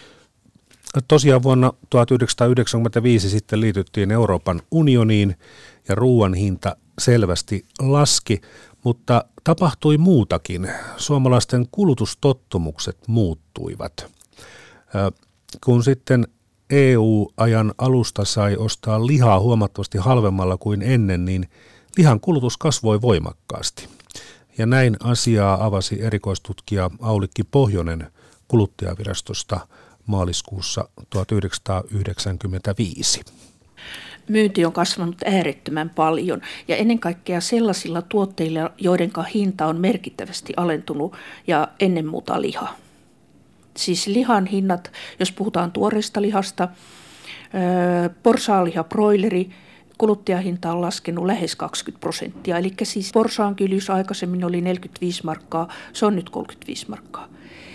Tosiaan vuonna tuhatyhdeksänsataayhdeksänkymmentäviisi sitten liityttiin Euroopan unioniin ja ruoan hinta selvästi laski, mutta tapahtui muutakin. Suomalaisten kulutustottumukset muuttuivat. Kun sitten E U-ajan alusta sai ostaa lihaa huomattavasti halvemmalla kuin ennen, niin lihan kulutus kasvoi voimakkaasti. Ja näin asiaa avasi erikoistutkija Aulikki Pohjonen Kuluttajavirastosta maaliskuussa tuhatyhdeksänsataayhdeksänkymmentäviisi. Myynti on kasvanut äärettömän paljon ja ennen kaikkea sellaisilla tuotteilla, joiden hinta on merkittävästi alentunut, ja ennen muuta liha. Siis lihan hinnat, jos puhutaan tuoreesta lihasta, porsaanliha, broileri, kuluttajahinta on laskenut lähes kaksikymmentä prosenttia. Eli siis porsaankyljys aikaisemmin oli neljäkymmentäviisi markkaa, se on nyt kolmekymmentäviisi markkaa.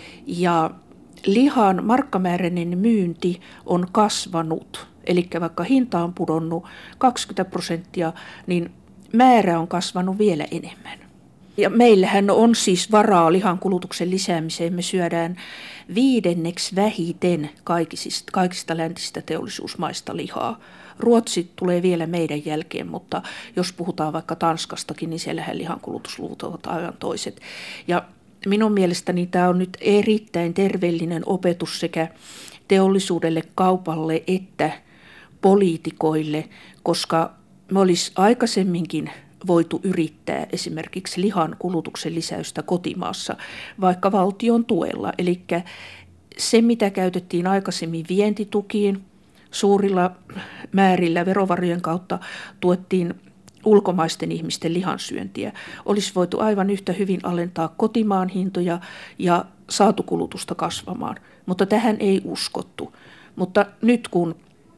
Ja lihan markkamääräinen myynti on kasvanut, eli vaikka hinta on pudonnut kaksikymmentä prosenttia, niin määrä on kasvanut vielä enemmän. Ja meillähän on siis varaa lihan kulutuksen lisäämiseen. Me syödään viidenneksi vähiten kaikista, kaikista läntisistä teollisuusmaista lihaa. Ruotsi tulee vielä meidän jälkeen, mutta jos puhutaan vaikka Tanskastakin, niin siellähän lihan kulutusluvut ovat aivan toiset. Ja minun mielestäni tämä on nyt erittäin terveellinen opetus sekä teollisuudelle, kaupalle että poliitikoille, koska me olisi aikaisemminkin voitu yrittää esimerkiksi lihan kulutuksen lisäystä kotimaassa, vaikka valtion tuella. Eli se, mitä käytettiin aikaisemmin vientitukiin, suurilla määrillä verovarojen kautta tuettiin ulkomaisten ihmisten lihansyöntiä, olisi voitu aivan yhtä hyvin alentaa kotimaan hintoja ja saatu kulutusta kasvamaan. Mutta tähän ei uskottu. Mutta nyt kun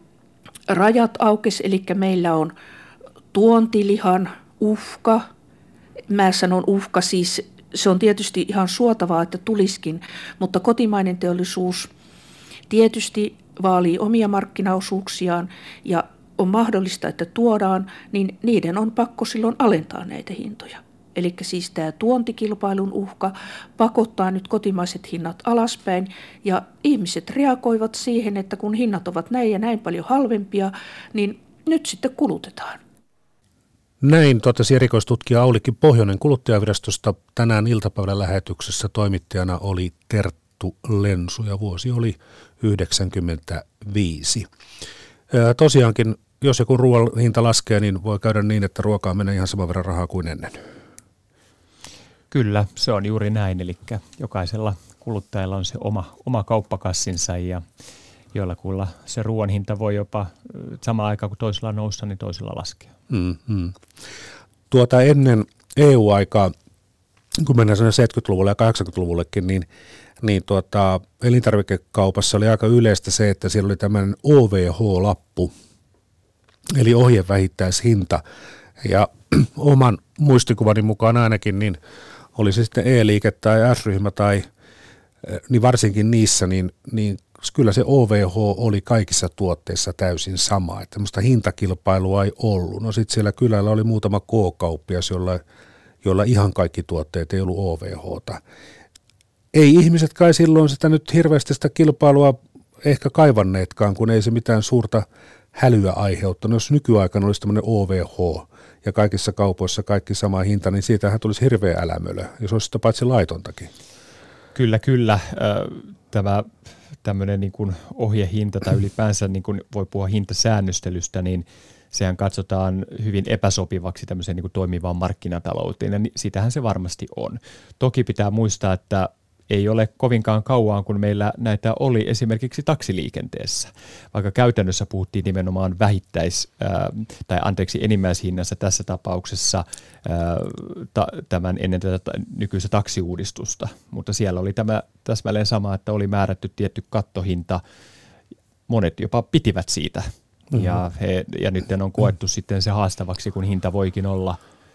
rajat aukesi, eli meillä on tuontilihan uhka, mä sanon uhka, siis se on tietysti ihan suotavaa, että tuliskin, mutta kotimainen teollisuus tietysti vaalii omia markkinaosuuksiaan ja on mahdollista, että tuodaan, niin niiden on pakko silloin alentaa näitä hintoja. Eli siis tämä tuontikilpailun uhka pakottaa nyt kotimaiset hinnat alaspäin ja ihmiset reagoivat siihen, että kun hinnat ovat näin ja näin paljon halvempia, niin nyt sitten kulutetaan. Näin totesi erikoistutkija Aulikki Pohjonen Kuluttajavirastosta. Tänään iltapäivän lähetyksessä toimittajana oli Terttu Lensu ja vuosi oli yhdeksänkymmentäviisi. Ja tosiaankin, jos joku ruoan hinta laskee, niin voi käydä niin, että ruokaa menee ihan saman verran rahaa kuin ennen. Kyllä, se on juuri näin. Eli jokaisella kuluttajalla on se oma, oma kauppakassinsa ja joillakuilla se ruoan hinta voi jopa samaan aikaan kuin toisella nousta, niin toisella laskea. Mm-hmm. Tuota ennen E U-aikaa, kun mennään seitsemänkymmentäluvulle ja kahdeksankymmentäluvullekin, niin, niin tuota, elintarvikekaupassa oli aika yleistä se, että siellä oli tämmöinen O V H-lappu, eli ohjevähittäishinta. Ja oman muistikuvani mukaan ainakin, niin oli se sitten E-liike tai S-ryhmä tai niin varsinkin niissä, niin, niin kyllä se O V H oli kaikissa tuotteissa täysin sama, että tämmöistä hintakilpailua ei ollut. No sitten siellä kylällä oli muutama K-kauppias, jolla, jolla ihan kaikki tuotteet ei ollut O V H:ta. Ei ihmiset kai silloin sitä nyt hirveästi sitä kilpailua ehkä kaivanneetkaan, kun ei se mitään suurta hälyä aiheuttanut. Jos nykyaikana olisi tämmöinen O V H ja kaikissa kaupoissa kaikki sama hinta, niin siitähän tulisi hirveä älämölö, jos olisi sitä paitsi laitontakin. Kyllä, kyllä. Tämä tämmöinen niin kuin ohjehinta tai ylipäänsä niin kuin voi puhua hintasäännöstelystä, niin sehän katsotaan hyvin epäsopivaksi tämmöiseen niin kuin toimivaan markkinatalouteen, ja sitähän se varmasti on. Toki pitää muistaa, että ei ole kovinkaan kauan, kun meillä näitä oli esimerkiksi taksiliikenteessä, vaikka käytännössä puhuttiin nimenomaan vähittäis- ää, tai anteeksi enimmäishinnassa tässä tapauksessa ää, ta, tämän ennen tätä nykyistä taksiuudistusta, mutta siellä oli tämä täsmälleen sama, että oli määrätty tietty kattohinta, monet jopa pitivät siitä mm-hmm. ja, he, ja nyt on koettu mm-hmm. sitten se haastavaksi, kun hinta voikin olla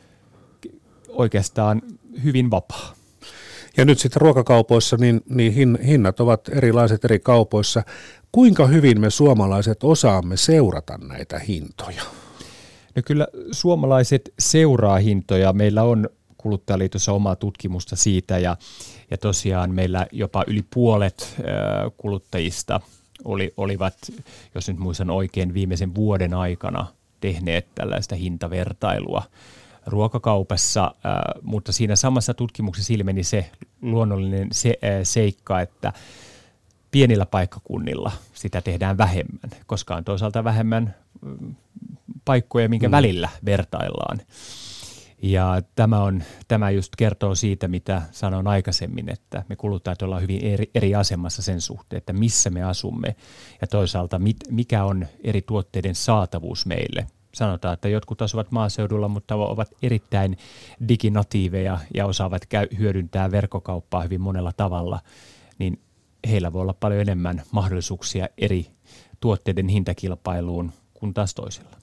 oikeastaan hyvin vapaa. Ja nyt sitten ruokakaupoissa niin, niin hinnat ovat erilaiset eri kaupoissa. Kuinka hyvin me suomalaiset osaamme seurata näitä hintoja? No kyllä suomalaiset seuraa hintoja. Meillä on Kuluttajaliitossa omaa tutkimusta siitä ja, ja tosiaan meillä jopa yli puolet äh, kuluttajista oli, olivat, jos nyt muistan oikein, viimeisen vuoden aikana tehneet tällaista hintavertailua ruokakaupassa, äh, mutta siinä samassa tutkimuksessa ilmeni se luonnollinen se, äh, seikka, että pienillä paikkakunnilla sitä tehdään vähemmän, koska on toisaalta vähemmän äh, paikkoja, minkä mm. välillä vertaillaan. Ja tämä, on, tämä just kertoo siitä, mitä sanoin aikaisemmin, että me kuluttajat ollaan hyvin eri, eri asemassa sen suhteen, että missä me asumme ja toisaalta mit, mikä on eri tuotteiden saatavuus meille. Sanotaan, että jotkut asuvat maaseudulla, mutta ovat erittäin diginatiiveja ja osaavat käy, hyödyntää verkkokauppaa hyvin monella tavalla, niin heillä voi olla paljon enemmän mahdollisuuksia eri tuotteiden hintakilpailuun kuin taas toisilla.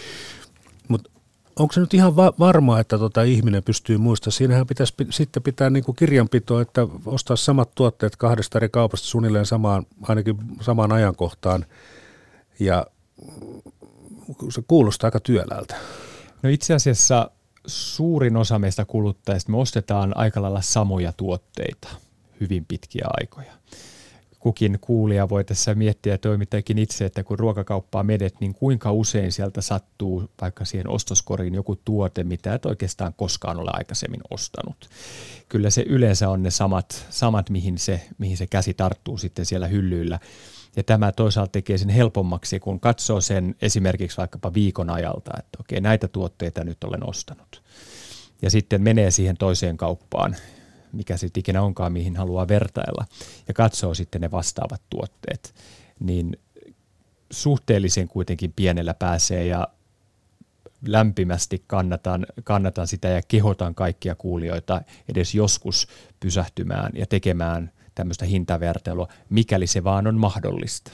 Mut onko se nyt ihan va- varmaa, että tota ihminen pystyy muistamaan? Siinähän pitäisi pi- sitten pitää niinku kirjanpitoa, että ostaa samat tuotteet kahdesta eri kaupasta suunnilleen samaan, ainakin samaan ajankohtaan ja se kuulostaa aika työläältä. No itse asiassa suurin osa meistä kuluttajista me ostetaan aika lailla samoja tuotteita hyvin pitkiä aikoja. Kukin kuulija voi tässä miettiä ja toimittajakin itse, että kun ruokakauppaa menet, niin kuinka usein sieltä sattuu vaikka siihen ostoskoriin joku tuote, mitä et oikeastaan koskaan ole aikaisemmin ostanut. Kyllä se yleensä on ne samat, samat mihin, se, mihin se käsi tarttuu sitten siellä hyllyillä. Ja tämä toisaalta tekee sen helpommaksi, kun katsoo sen esimerkiksi vaikkapa viikon ajalta, että okei, näitä tuotteita nyt olen ostanut. Ja sitten menee siihen toiseen kauppaan, mikä sitten ikinä onkaan, mihin haluaa vertailla, ja katsoo sitten ne vastaavat tuotteet, niin suhteellisen kuitenkin pienellä pääsee, ja lämpimästi kannatan, kannatan sitä ja kehotan kaikkia kuulijoita edes joskus pysähtymään ja tekemään tämmöistä hintavertailua, mikäli se vaan on mahdollista.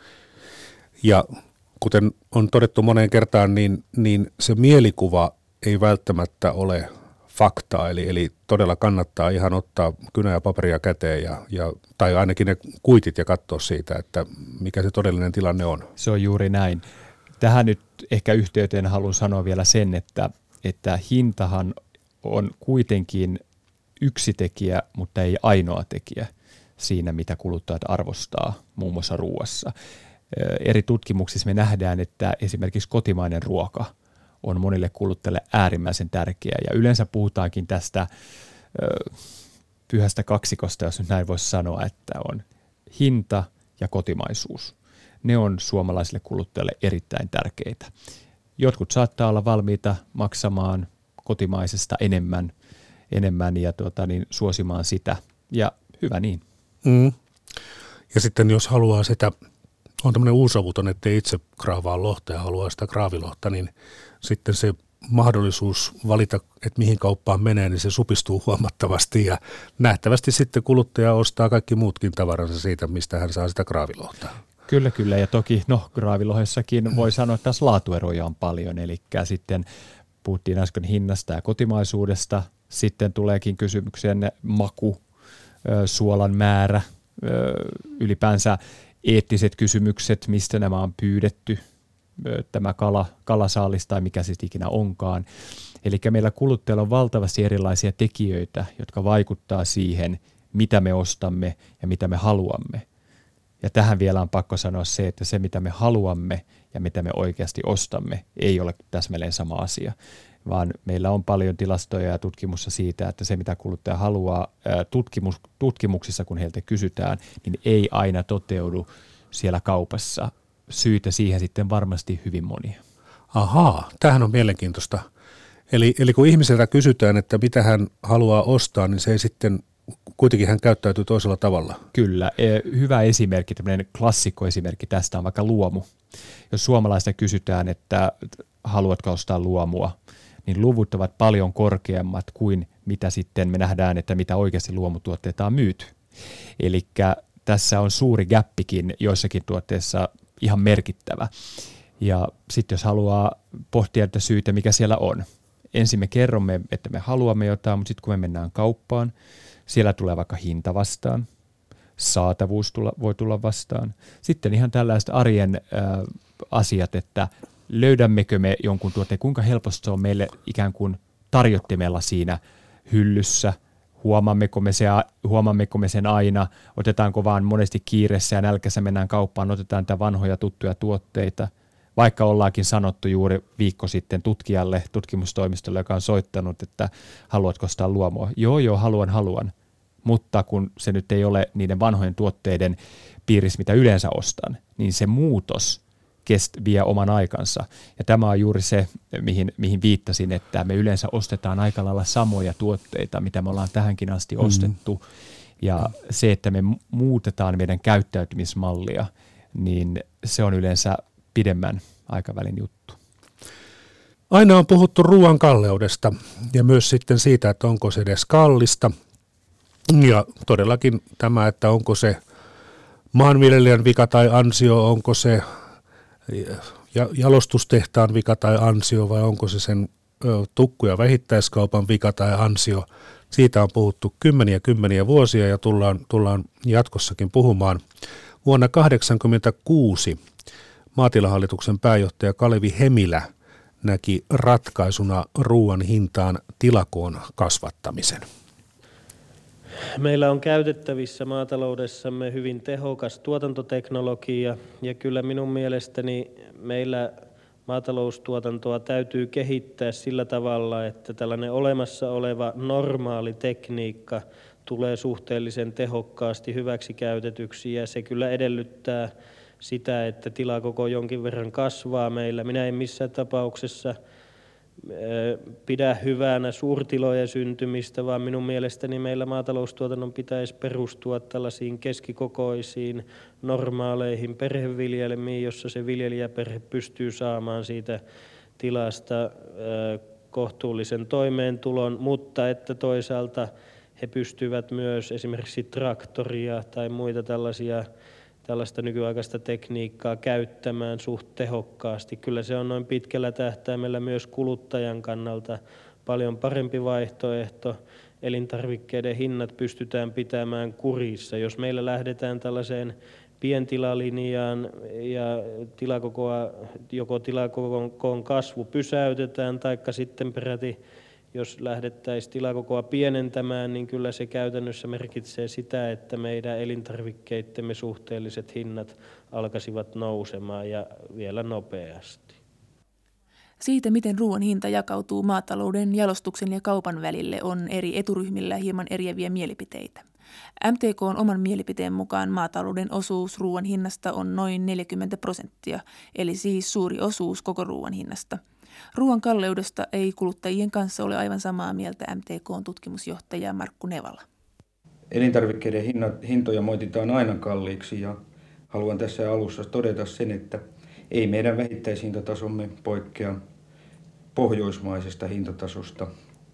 Ja kuten on todettu moneen kertaan, niin, niin se mielikuva ei välttämättä ole faktaa, eli, eli todella kannattaa ihan ottaa kynä ja paperia käteen, ja, ja, tai ainakin ne kuitit ja katsoa siitä, että mikä se todellinen tilanne on. Se on juuri näin. Tähän nyt ehkä yhteyteen haluan sanoa vielä sen, että, että hintahan on kuitenkin yksi tekijä, mutta ei ainoa tekijä siinä, mitä kuluttajat arvostaa muun muassa ruuassa. Eri tutkimuksissa me nähdään, että esimerkiksi kotimainen ruoka on monille kuluttajille äärimmäisen tärkeää. Ja yleensä puhutaankin tästä ö, pyhästä kaksikosta, jos nyt näin voisi sanoa, että on hinta ja kotimaisuus. Ne on suomalaisille kuluttajille erittäin tärkeitä. Jotkut saattaa olla valmiita maksamaan kotimaisesta enemmän, enemmän ja tuota, niin, suosimaan sitä. Ja hyvä niin. Mm. Ja sitten jos haluaa sitä, on tämmöinen uusavuton, ettei itse kraavaa lohta ja haluaa sitä kraavilohta, niin sitten se mahdollisuus valita, että mihin kauppaan menee, niin se supistuu huomattavasti ja nähtävästi sitten kuluttaja ostaa kaikki muutkin tavaransa siitä, mistä hän saa sitä kraavilohta. Kyllä, kyllä. Ja toki no, kraavilohessakin voi sanoa, että tässä laatueroja on paljon. Eli sitten puhuttiin äsken hinnasta ja kotimaisuudesta. Sitten tuleekin kysymykseen maku, suolan määrä, ylipäänsä eettiset kysymykset, mistä nämä on pyydetty, tämä kala, kalasaalis tai mikä sitten ikinä onkaan. Eli meillä kuluttajilla on valtavasti erilaisia tekijöitä, jotka vaikuttaa siihen, mitä me ostamme ja mitä me haluamme. Ja tähän vielä on pakko sanoa se, että se mitä me haluamme ja mitä me oikeasti ostamme ei ole täsmälleen sama asia, vaan meillä on paljon tilastoja ja tutkimusta siitä, että se mitä kuluttaja haluaa tutkimus, tutkimuksissa, kun heiltä kysytään, niin ei aina toteudu siellä kaupassa. Syitä siihen sitten varmasti hyvin monia. Ahaa, tämähän on mielenkiintoista. Eli, eli kun ihmiseltä kysytään, että mitä hän haluaa ostaa, niin se ei sitten kuitenkin hän käyttäytyy toisella tavalla. Kyllä. Hyvä esimerkki, tämmöinen klassikkoesimerkki tästä on vaikka luomu. Jos suomalaista kysytään, että haluatko ostaa luomua, niin luvut ovat paljon korkeammat kuin mitä sitten me nähdään, että mitä oikeasti luomutuotteita on myyty. Eli tässä on suuri gäppikin joissakin tuotteissa ihan merkittävä. Ja sitten jos haluaa pohtia että syytä, mikä siellä on. Ensin me kerromme, että me haluamme jotain, mutta sitten kun me mennään kauppaan, siellä tulee vaikka hinta vastaan, saatavuus tulla, voi tulla vastaan. Sitten ihan tällaiset arjen äh, asiat, että löydämmekö me jonkun tuotteen, kuinka helposti se on meille ikään kuin tarjottimella siinä hyllyssä, huomaammeko me, se, huomaammeko me sen aina, otetaanko vaan monesti kiireessä ja nälkässä mennään kauppaan, otetaan niitä vanhoja tuttuja tuotteita, vaikka ollaankin sanottu juuri viikko sitten tutkijalle, tutkimustoimistolle, joka on soittanut, että haluatko ostaa luomua. Joo, joo, haluan, haluan, mutta kun se nyt ei ole niiden vanhojen tuotteiden piirissä, mitä yleensä ostan, niin se muutos kest, vie oman aikansa. Ja tämä on juuri se, mihin, mihin viittasin, että me yleensä ostetaan aika lailla samoja tuotteita, mitä me ollaan tähänkin asti mm-hmm. ostettu. Ja se, että me muutetaan meidän käyttäytymismallia, niin se on yleensä pidemmän aikavälin juttu. Aina on puhuttu ruoan kalleudesta ja myös sitten siitä, että onko se edes kallista. Ja todellakin tämä, että onko se maanviljelijän vika tai ansio, onko se jalostustehtaan vika tai ansio vai onko se sen tukku- ja vähittäiskaupan vika tai ansio. Siitä on puhuttu kymmeniä kymmeniä vuosia ja tullaan, tullaan jatkossakin puhumaan. Vuonna tuhatyhdeksänsataakahdeksankymmentäkuusi Maatilahallituksen pääjohtaja Kalevi Hemilä näki ratkaisuna ruoan hintaan tilakoon kasvattamisen. Meillä on käytettävissä maataloudessamme hyvin tehokas tuotantoteknologia ja kyllä minun mielestäni meillä maataloustuotantoa täytyy kehittää sillä tavalla, että tällainen olemassa oleva normaali tekniikka tulee suhteellisen tehokkaasti hyväksi käytetyksi ja se kyllä edellyttää sitä, että tilakoko jonkin verran kasvaa meillä. Minä en missään tapauksessa pidä hyvänä suurtilojen syntymistä, vaan minun mielestäni meillä maataloustuotannon pitäisi perustua tällaisiin keskikokoisiin, normaaleihin perheviljelmiin, jossa se viljelijäperhe pystyy saamaan siitä tilasta kohtuullisen toimeentulon, mutta että toisaalta he pystyvät myös esimerkiksi traktoria tai muita tällaisia tällaista nykyaikaista tekniikkaa käyttämään suht tehokkaasti. Kyllä se on noin pitkällä tähtäimellä myös kuluttajan kannalta paljon parempi vaihtoehto. Elintarvikkeiden hinnat pystytään pitämään kurissa. Jos meillä lähdetään tällaiseen pientilalinjaan ja tilakokoa, joko tilakokoon kasvu pysäytetään, taikka sitten peräti jos lähdettäisiin tilakokoa pienentämään, niin kyllä se käytännössä merkitsee sitä, että meidän elintarvikkeittemme suhteelliset hinnat alkaisivat nousemaan ja vielä nopeasti. Siitä, miten ruoan hinta jakautuu maatalouden, jalostuksen ja kaupan välille, on eri eturyhmillä hieman eriäviä mielipiteitä. M T K:n oman mielipiteen mukaan maatalouden osuus ruoan hinnasta on noin neljäkymmentä prosenttia, eli siis suuri osuus koko ruoan hinnasta. Ruoan kalleudesta ei kuluttajien kanssa ole aivan samaa mieltä M T K:n tutkimusjohtaja Markku Nevala. Elintarvikkeiden hinnat, hintoja moititaan aina kalliiksi ja haluan tässä alussa todeta sen, että ei meidän vähittäishintatasomme poikkea pohjoismaisesta hintatasosta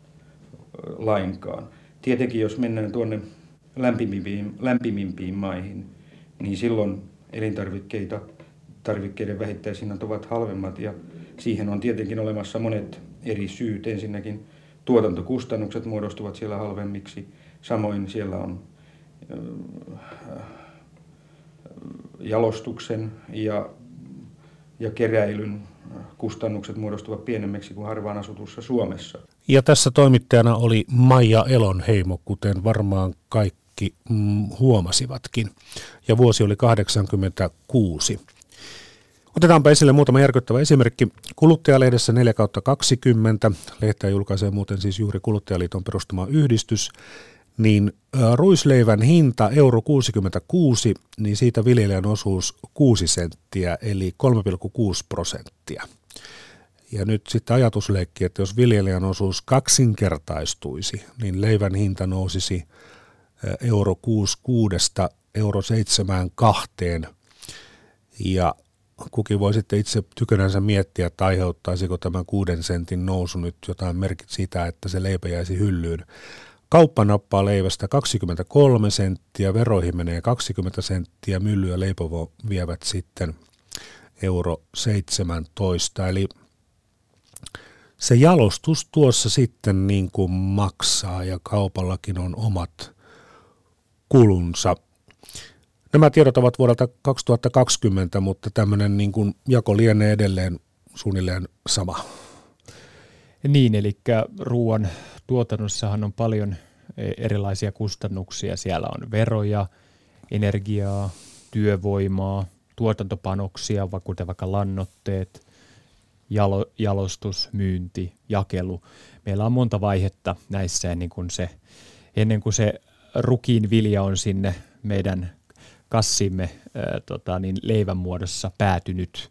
lainkaan. Tietenkin jos mennään tuonne lämpimimpiin, lämpimimpiin maihin, niin silloin elintarvikkeita, tarvikkeiden vähittäishinnat ovat halvemmat ja siihen on tietenkin olemassa monet eri syyt. Ensinnäkin tuotantokustannukset muodostuvat siellä halvemmiksi, samoin siellä on jalostuksen ja, ja keräilyn kustannukset muodostuvat pienemmiksi kuin harvaan asutussa Suomessa. Ja tässä toimittajana oli Maija Elonheimo, kuten varmaan kaikki mm, huomasivatkin. Ja vuosi oli kahdeksankymmentäkuusi. Otetaanpa esille muutama järkyttävä esimerkki. Kuluttajalehdessä neljä kautta kaksikymmentä, lehteä julkaisee muuten siis juuri Kuluttajaliiton perustama yhdistys, niin ruisleivän hinta euro kuusikymmentäkuusi, niin siitä viljelijän osuus kuusi senttiä, eli kolme pilkku kuusi prosenttia. Ja nyt sitten ajatusleikki, että jos viljelijän osuus kaksinkertaistuisi, niin leivän hinta nousisi euro kuusikymmentäkuusi euro seitsemänkymmentäkaksi. Ja kukin voi sitten itse tykönänsä miettiä, että aiheuttaisiko tämä kuuden sentin nousu nyt jotain merkit sitä, että se leipä jäisi hyllyyn. Kauppa nappaa leivästä kaksikymmentäkolme senttiä, veroihin menee kaksikymmentä senttiä, mylly ja leipomo vievät sitten euro seitsemäntoista. Eli se jalostus tuossa sitten niin kuin maksaa ja kaupallakin on omat kulunsa. Nämä tiedot ovat vuodelta kaksituhattakaksikymmentä, mutta tämmöinen niin kuin jako lienee edelleen suunnilleen sama. Niin, eli ruoan tuotannossahan on paljon erilaisia kustannuksia. Siellä on veroja, energiaa, työvoimaa, tuotantopanoksia, kuten vaikka lannoitteet, jalo, jalostus, myynti, jakelu. Meillä on monta vaihetta näissä ennen kuin se, ennen kuin se rukiin vilja on sinne meidän kassimme ää, tota, niin leivän muodossa päätynyt.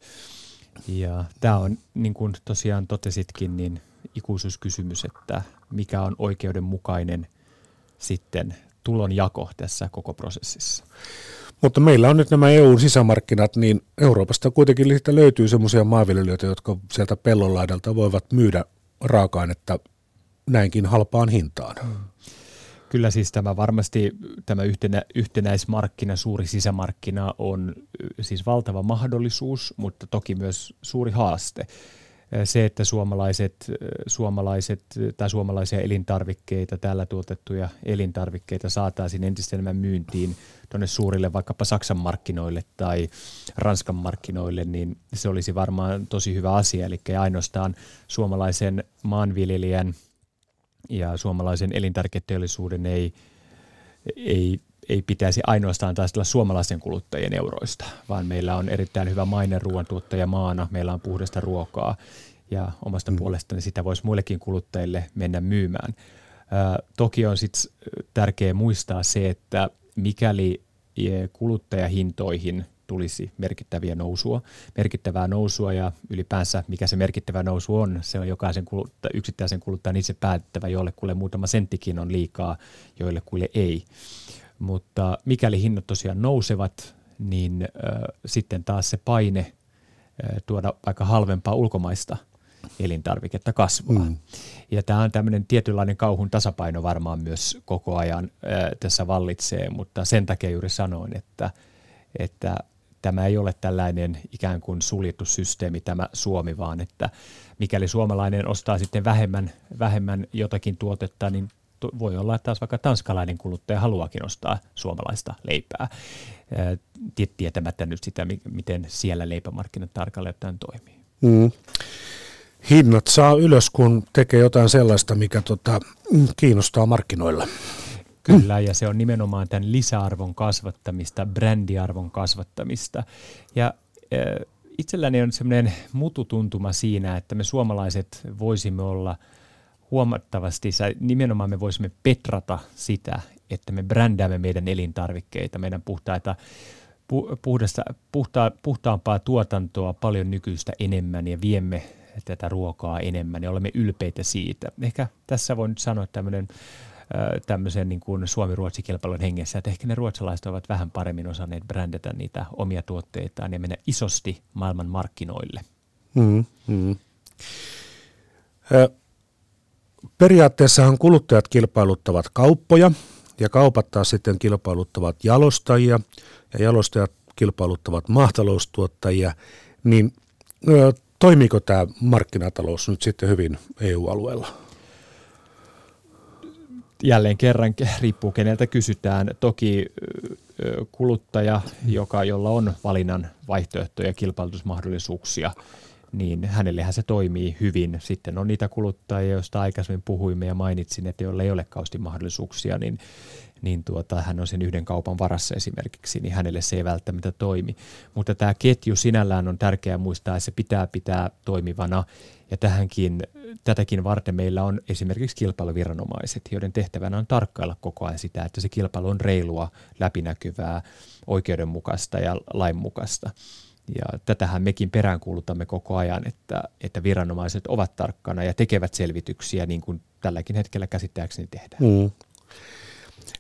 Ja tämä on, niin kuin tosiaan totesitkin, niin ikuisuuskysymys, että mikä on oikeudenmukainen sitten tulonjako tässä koko prosessissa. Mutta meillä on nyt nämä E U:n sisämarkkinat, niin Euroopasta kuitenkin löytyy semmoisia maanviljelijöitä, jotka sieltä pellonlaidalta voivat myydä raaka-ainetta näinkin halpaan hintaan. Hmm. Kyllä siis tämä varmasti tämä yhtenä, yhtenäismarkkina, suuri sisämarkkina on siis valtava mahdollisuus, mutta toki myös suuri haaste. Se, että suomalaiset, suomalaiset tai suomalaisia elintarvikkeita, täällä tuotettuja elintarvikkeita saataisiin entistä enemmän myyntiin tuonne suurille vaikkapa Saksan markkinoille tai Ranskan markkinoille, niin se olisi varmaan tosi hyvä asia. Eli ainoastaan suomalaisen maanviljelijän ja suomalaisen elintarviketeollisuuden ei, ei, ei pitäisi ainoastaan taistella suomalaisen kuluttajien euroista, vaan meillä on erittäin hyvä maine ruoantuottaja maana, meillä on puhdasta ruokaa ja omasta mm. puolestani sitä voisi muillekin kuluttajille mennä myymään. Ää, toki on sitten tärkeää muistaa se, että mikäli kuluttajahintoihin tulisi merkittäviä nousua, merkittävää nousua ja ylipäänsä mikä se merkittävä nousu on, se on jokaisen kulutta, yksittäisen kuluttajan itse päättävä, jollekulle muutama senttikin on liikaa, joillekuille ei. Mutta mikäli hinnat tosiaan nousevat, niin äh, sitten taas se paine äh, tuoda aika halvempaa ulkomaista elintarviketta kasvaa. Mm. Ja tämä on tämmöinen tietynlainen kauhun tasapaino varmaan myös koko ajan äh, tässä vallitsee, mutta sen takia juuri sanoin, että, että tämä ei ole tällainen ikään kuin suljettu systeemi tämä Suomi, vaan että mikäli suomalainen ostaa sitten vähemmän, vähemmän jotakin tuotetta, niin voi olla, että taas vaikka tanskalainen kuluttaja haluaakin ostaa suomalaista leipää, tietämättä nyt sitä, miten siellä leipämarkkinat tarkalleen ottaen toimii. Mm. Hinnat saa ylös, kun tekee jotain sellaista, mikä tota, kiinnostaa markkinoilla. Kyllä, ja se on nimenomaan tämän lisäarvon kasvattamista, brändiarvon kasvattamista. Ja äh, itselläni on semmoinen mututuntuma siinä, että me suomalaiset voisimme olla huomattavasti, nimenomaan me voisimme petrata sitä, että me brändäämme meidän elintarvikkeita, meidän puhtaita, pu, puhdasta, puhta, puhtaampaa tuotantoa paljon nykyistä enemmän ja viemme tätä ruokaa enemmän ja olemme ylpeitä siitä. Ehkä tässä voin nyt sanoa tämmöinen tämmöisen niin kuin Suomi-Ruotsi-kilpailun hengessä, että ehkä ne ruotsalaiset ovat vähän paremmin osanneet brändätä niitä omia tuotteitaan ja mennä isosti maailman markkinoille. Mm, mm. Periaatteessahan kuluttajat kilpailuttavat kauppoja ja kaupat taas sitten kilpailuttavat jalostajia ja jalostajat kilpailuttavat maataloustuottajia, niin toimiiko tämä markkinatalous nyt sitten hyvin E U-alueella? Jälleen kerran riippuu keneltä kysytään. Toki kuluttaja, joka, jolla on valinnan vaihtoehtoja ja kilpailutusmahdollisuuksia, niin hänellehän se toimii hyvin. Sitten on niitä kuluttajia, joista aikaisemmin puhuimme ja mainitsin, että joilla ei ole kauheasti mahdollisuuksia, niin, niin tuota, hän on sen yhden kaupan varassa esimerkiksi, niin hänelle se ei välttämättä toimi. Mutta tämä ketju sinällään on tärkeää muistaa, että se pitää pitää toimivana. Ja tähänkin, tätäkin varten meillä on esimerkiksi kilpailuviranomaiset, joiden tehtävänä on tarkkailla koko ajan sitä, että se kilpailu on reilua, läpinäkyvää, oikeudenmukaista ja lainmukaista. Ja tätähän mekin peräänkuulutamme koko ajan, että, että viranomaiset ovat tarkkana ja tekevät selvityksiä niin kuin tälläkin hetkellä käsittääkseni tehdään. Mm.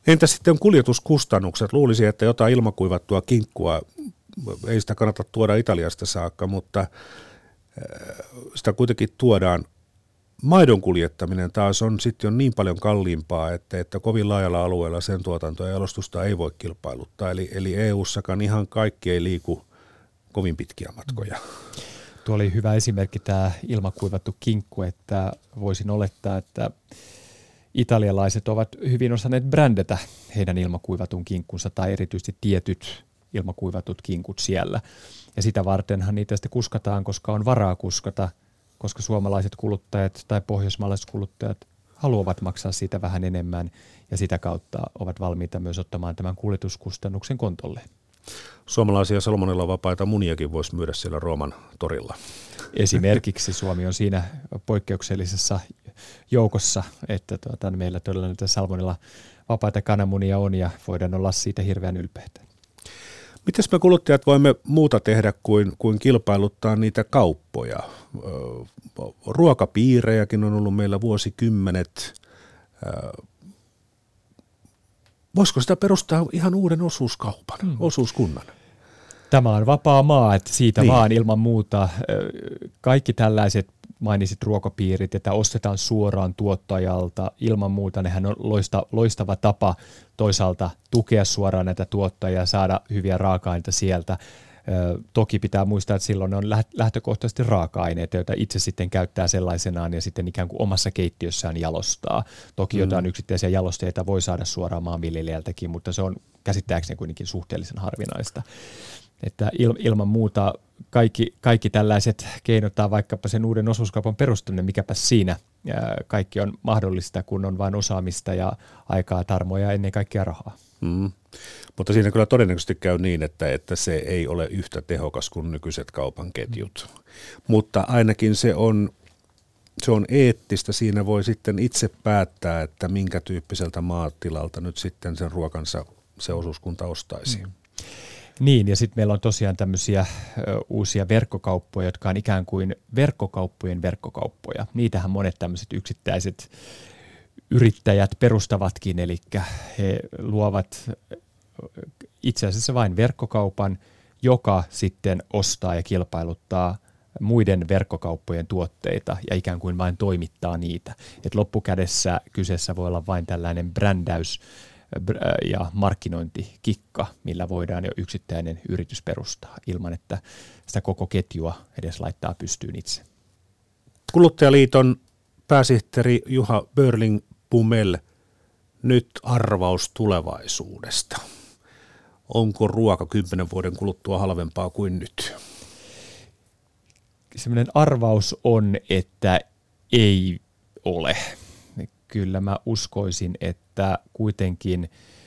Entä sitten kuljetuskustannukset? Luulisin, että jotain ilmakuivattua kinkkua ei sitä kannata tuoda Italiasta saakka, mutta sitä kuitenkin tuodaan. Maidon kuljettaminen taas on sitten jo niin paljon kalliimpaa, että, että kovin laajalla alueella sen tuotantoa ja jalostusta ei voi kilpailuttaa. Eli, eli E U-sakaan ihan kaikki ei liiku kovin pitkiä matkoja. Tuo oli hyvä esimerkki tämä ilmakuivattu kinkku, että voisin olettaa, että italialaiset ovat hyvin osanneet brändätä heidän ilmakuivatun kinkkunsa tai erityisesti tietyt ilmakuivatut kinkut siellä. Ja sitä vartenhan niitä sitten kuskataan, koska on varaa kuskata, koska suomalaiset kuluttajat tai pohjoismaalaiset kuluttajat haluavat maksaa siitä vähän enemmän ja sitä kautta ovat valmiita myös ottamaan tämän kuljetuskustannuksen kontolle. Suomalaisia salmonella-vapaita muniakin voisi myydä siellä Rooman torilla. Esimerkiksi Suomi on siinä poikkeuksellisessa joukossa, että tuota, meillä todella näitä salmonella-vapaita kananmunia on ja voidaan olla siitä hirveän ylpeitä. Miten me kuluttajat voimme muuta tehdä kuin, kuin kilpailuttaa niitä kauppoja? Ruokapiirejäkin on ollut meillä vuosikymmenet. Voisiko sitä perustaa ihan uuden osuuskaupan, hmm. osuuskunnan? Tämä on vapaa maa, että siitä niin. vaan ilman muuta kaikki tällaiset mainitsit ruokapiirit, että ostetaan suoraan tuottajalta. Ilman muuta nehän on loista, loistava tapa toisaalta tukea suoraan näitä tuottajia ja saada hyviä raaka-aineita sieltä. Toki pitää muistaa, että silloin ne on lähtökohtaisesti raaka-aineita, joita itse sitten käyttää sellaisenaan ja sitten ikään kuin omassa keittiössään jalostaa. Toki mm. jotain yksittäisiä jalosteita voi saada suoraan maanviljelijältäkin, mutta se on käsittääkseni kuitenkin suhteellisen harvinaista. Että ilman muuta kaikki, kaikki tällaiset keinot tai vaikkapa sen uuden osuuskaupan perustaminen, mikäpä siinä kaikki on mahdollista, kun on vain osaamista ja aikaa, tarmoa ja ennen kaikkea rahaa. Mm. Mutta siinä kyllä todennäköisesti käy niin, että, että se ei ole yhtä tehokas kuin nykyiset kaupan ketjut. Mm. Mutta ainakin se on, se on eettistä. Siinä voi sitten itse päättää, että minkä tyyppiseltä maatilalta nyt sitten sen ruokansa se osuuskunta ostaisi. Mm. Niin, ja sitten meillä on tosiaan tämmöisiä ö, uusia verkkokauppoja, jotka on ikään kuin verkkokauppojen verkkokauppoja. Niitähän monet tämmöiset yksittäiset yrittäjät perustavatkin, eli he luovat itse asiassa vain verkkokaupan, joka sitten ostaa ja kilpailuttaa muiden verkkokauppojen tuotteita ja ikään kuin vain toimittaa niitä. Et loppukädessä kyseessä voi olla vain tällainen brändäys ja markkinointikikka, millä voidaan jo yksittäinen yritys perustaa ilman, että sitä koko ketjua edes laittaa pystyyn itse. Kuluttajaliiton pääsihteeri Juha Börling-Pumel, nyt arvaus tulevaisuudesta. Onko ruoka kymmenen vuoden kuluttua halvempaa kuin nyt? Sellainen arvaus on, että ei ole. Kyllä mä uskoisin, että kuitenkin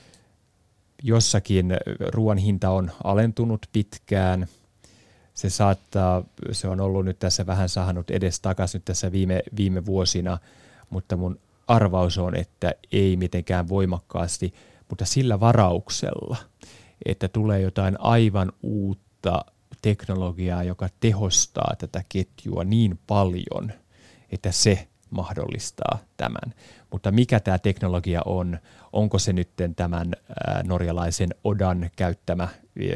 jossakin ruoan hinta on alentunut pitkään. Se saattaa, se on ollut nyt tässä vähän sahannut edes takaisin nyt tässä viime, viime vuosina, mutta mun arvaus on, että ei mitenkään voimakkaasti, mutta sillä varauksella, että tulee jotain aivan uutta teknologiaa, joka tehostaa tätä ketjua niin paljon, että se mahdollistaa tämän. Mutta mikä tämä teknologia on? Onko se nyt tämän norjalaisen Odan käyttämä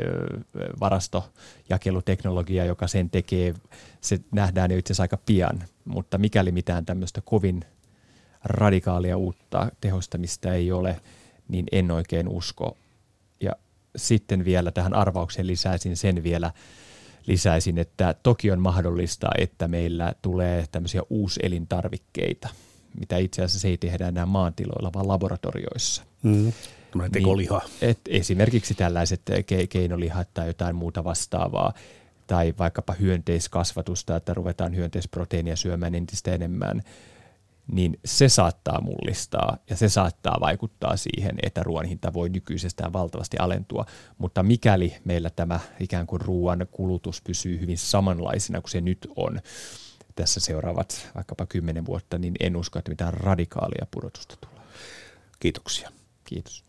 varastojakeluteknologia, joka sen tekee? Se nähdään jo itse asiassa aika pian, mutta mikäli mitään tämmöistä kovin radikaalia uutta tehostamista ei ole, niin en oikein usko. Ja sitten vielä tähän arvaukseen lisäisin sen vielä, Lisäisin, että toki on mahdollista, että meillä tulee tämmöisiä uuselintarvikkeita, mitä itse asiassa ei tehdä enää maantiloilla, vaan laboratorioissa. Mm. Tällainen tekoliha. Niin, et esimerkiksi tällaiset ke- keinolihat tai jotain muuta vastaavaa, tai vaikkapa hyönteiskasvatusta, että ruvetaan hyönteisproteiinia syömään entistä enemmän, niin se saattaa mullistaa ja se saattaa vaikuttaa siihen, että ruoan hinta voi nykyisestään valtavasti alentua. Mutta mikäli meillä tämä ikään kuin ruoan kulutus pysyy hyvin samanlaisena kuin se nyt on tässä seuraavat vaikkapa kymmenen vuotta, niin en usko, että mitään radikaalia pudotusta tulee. Kiitoksia. Kiitos.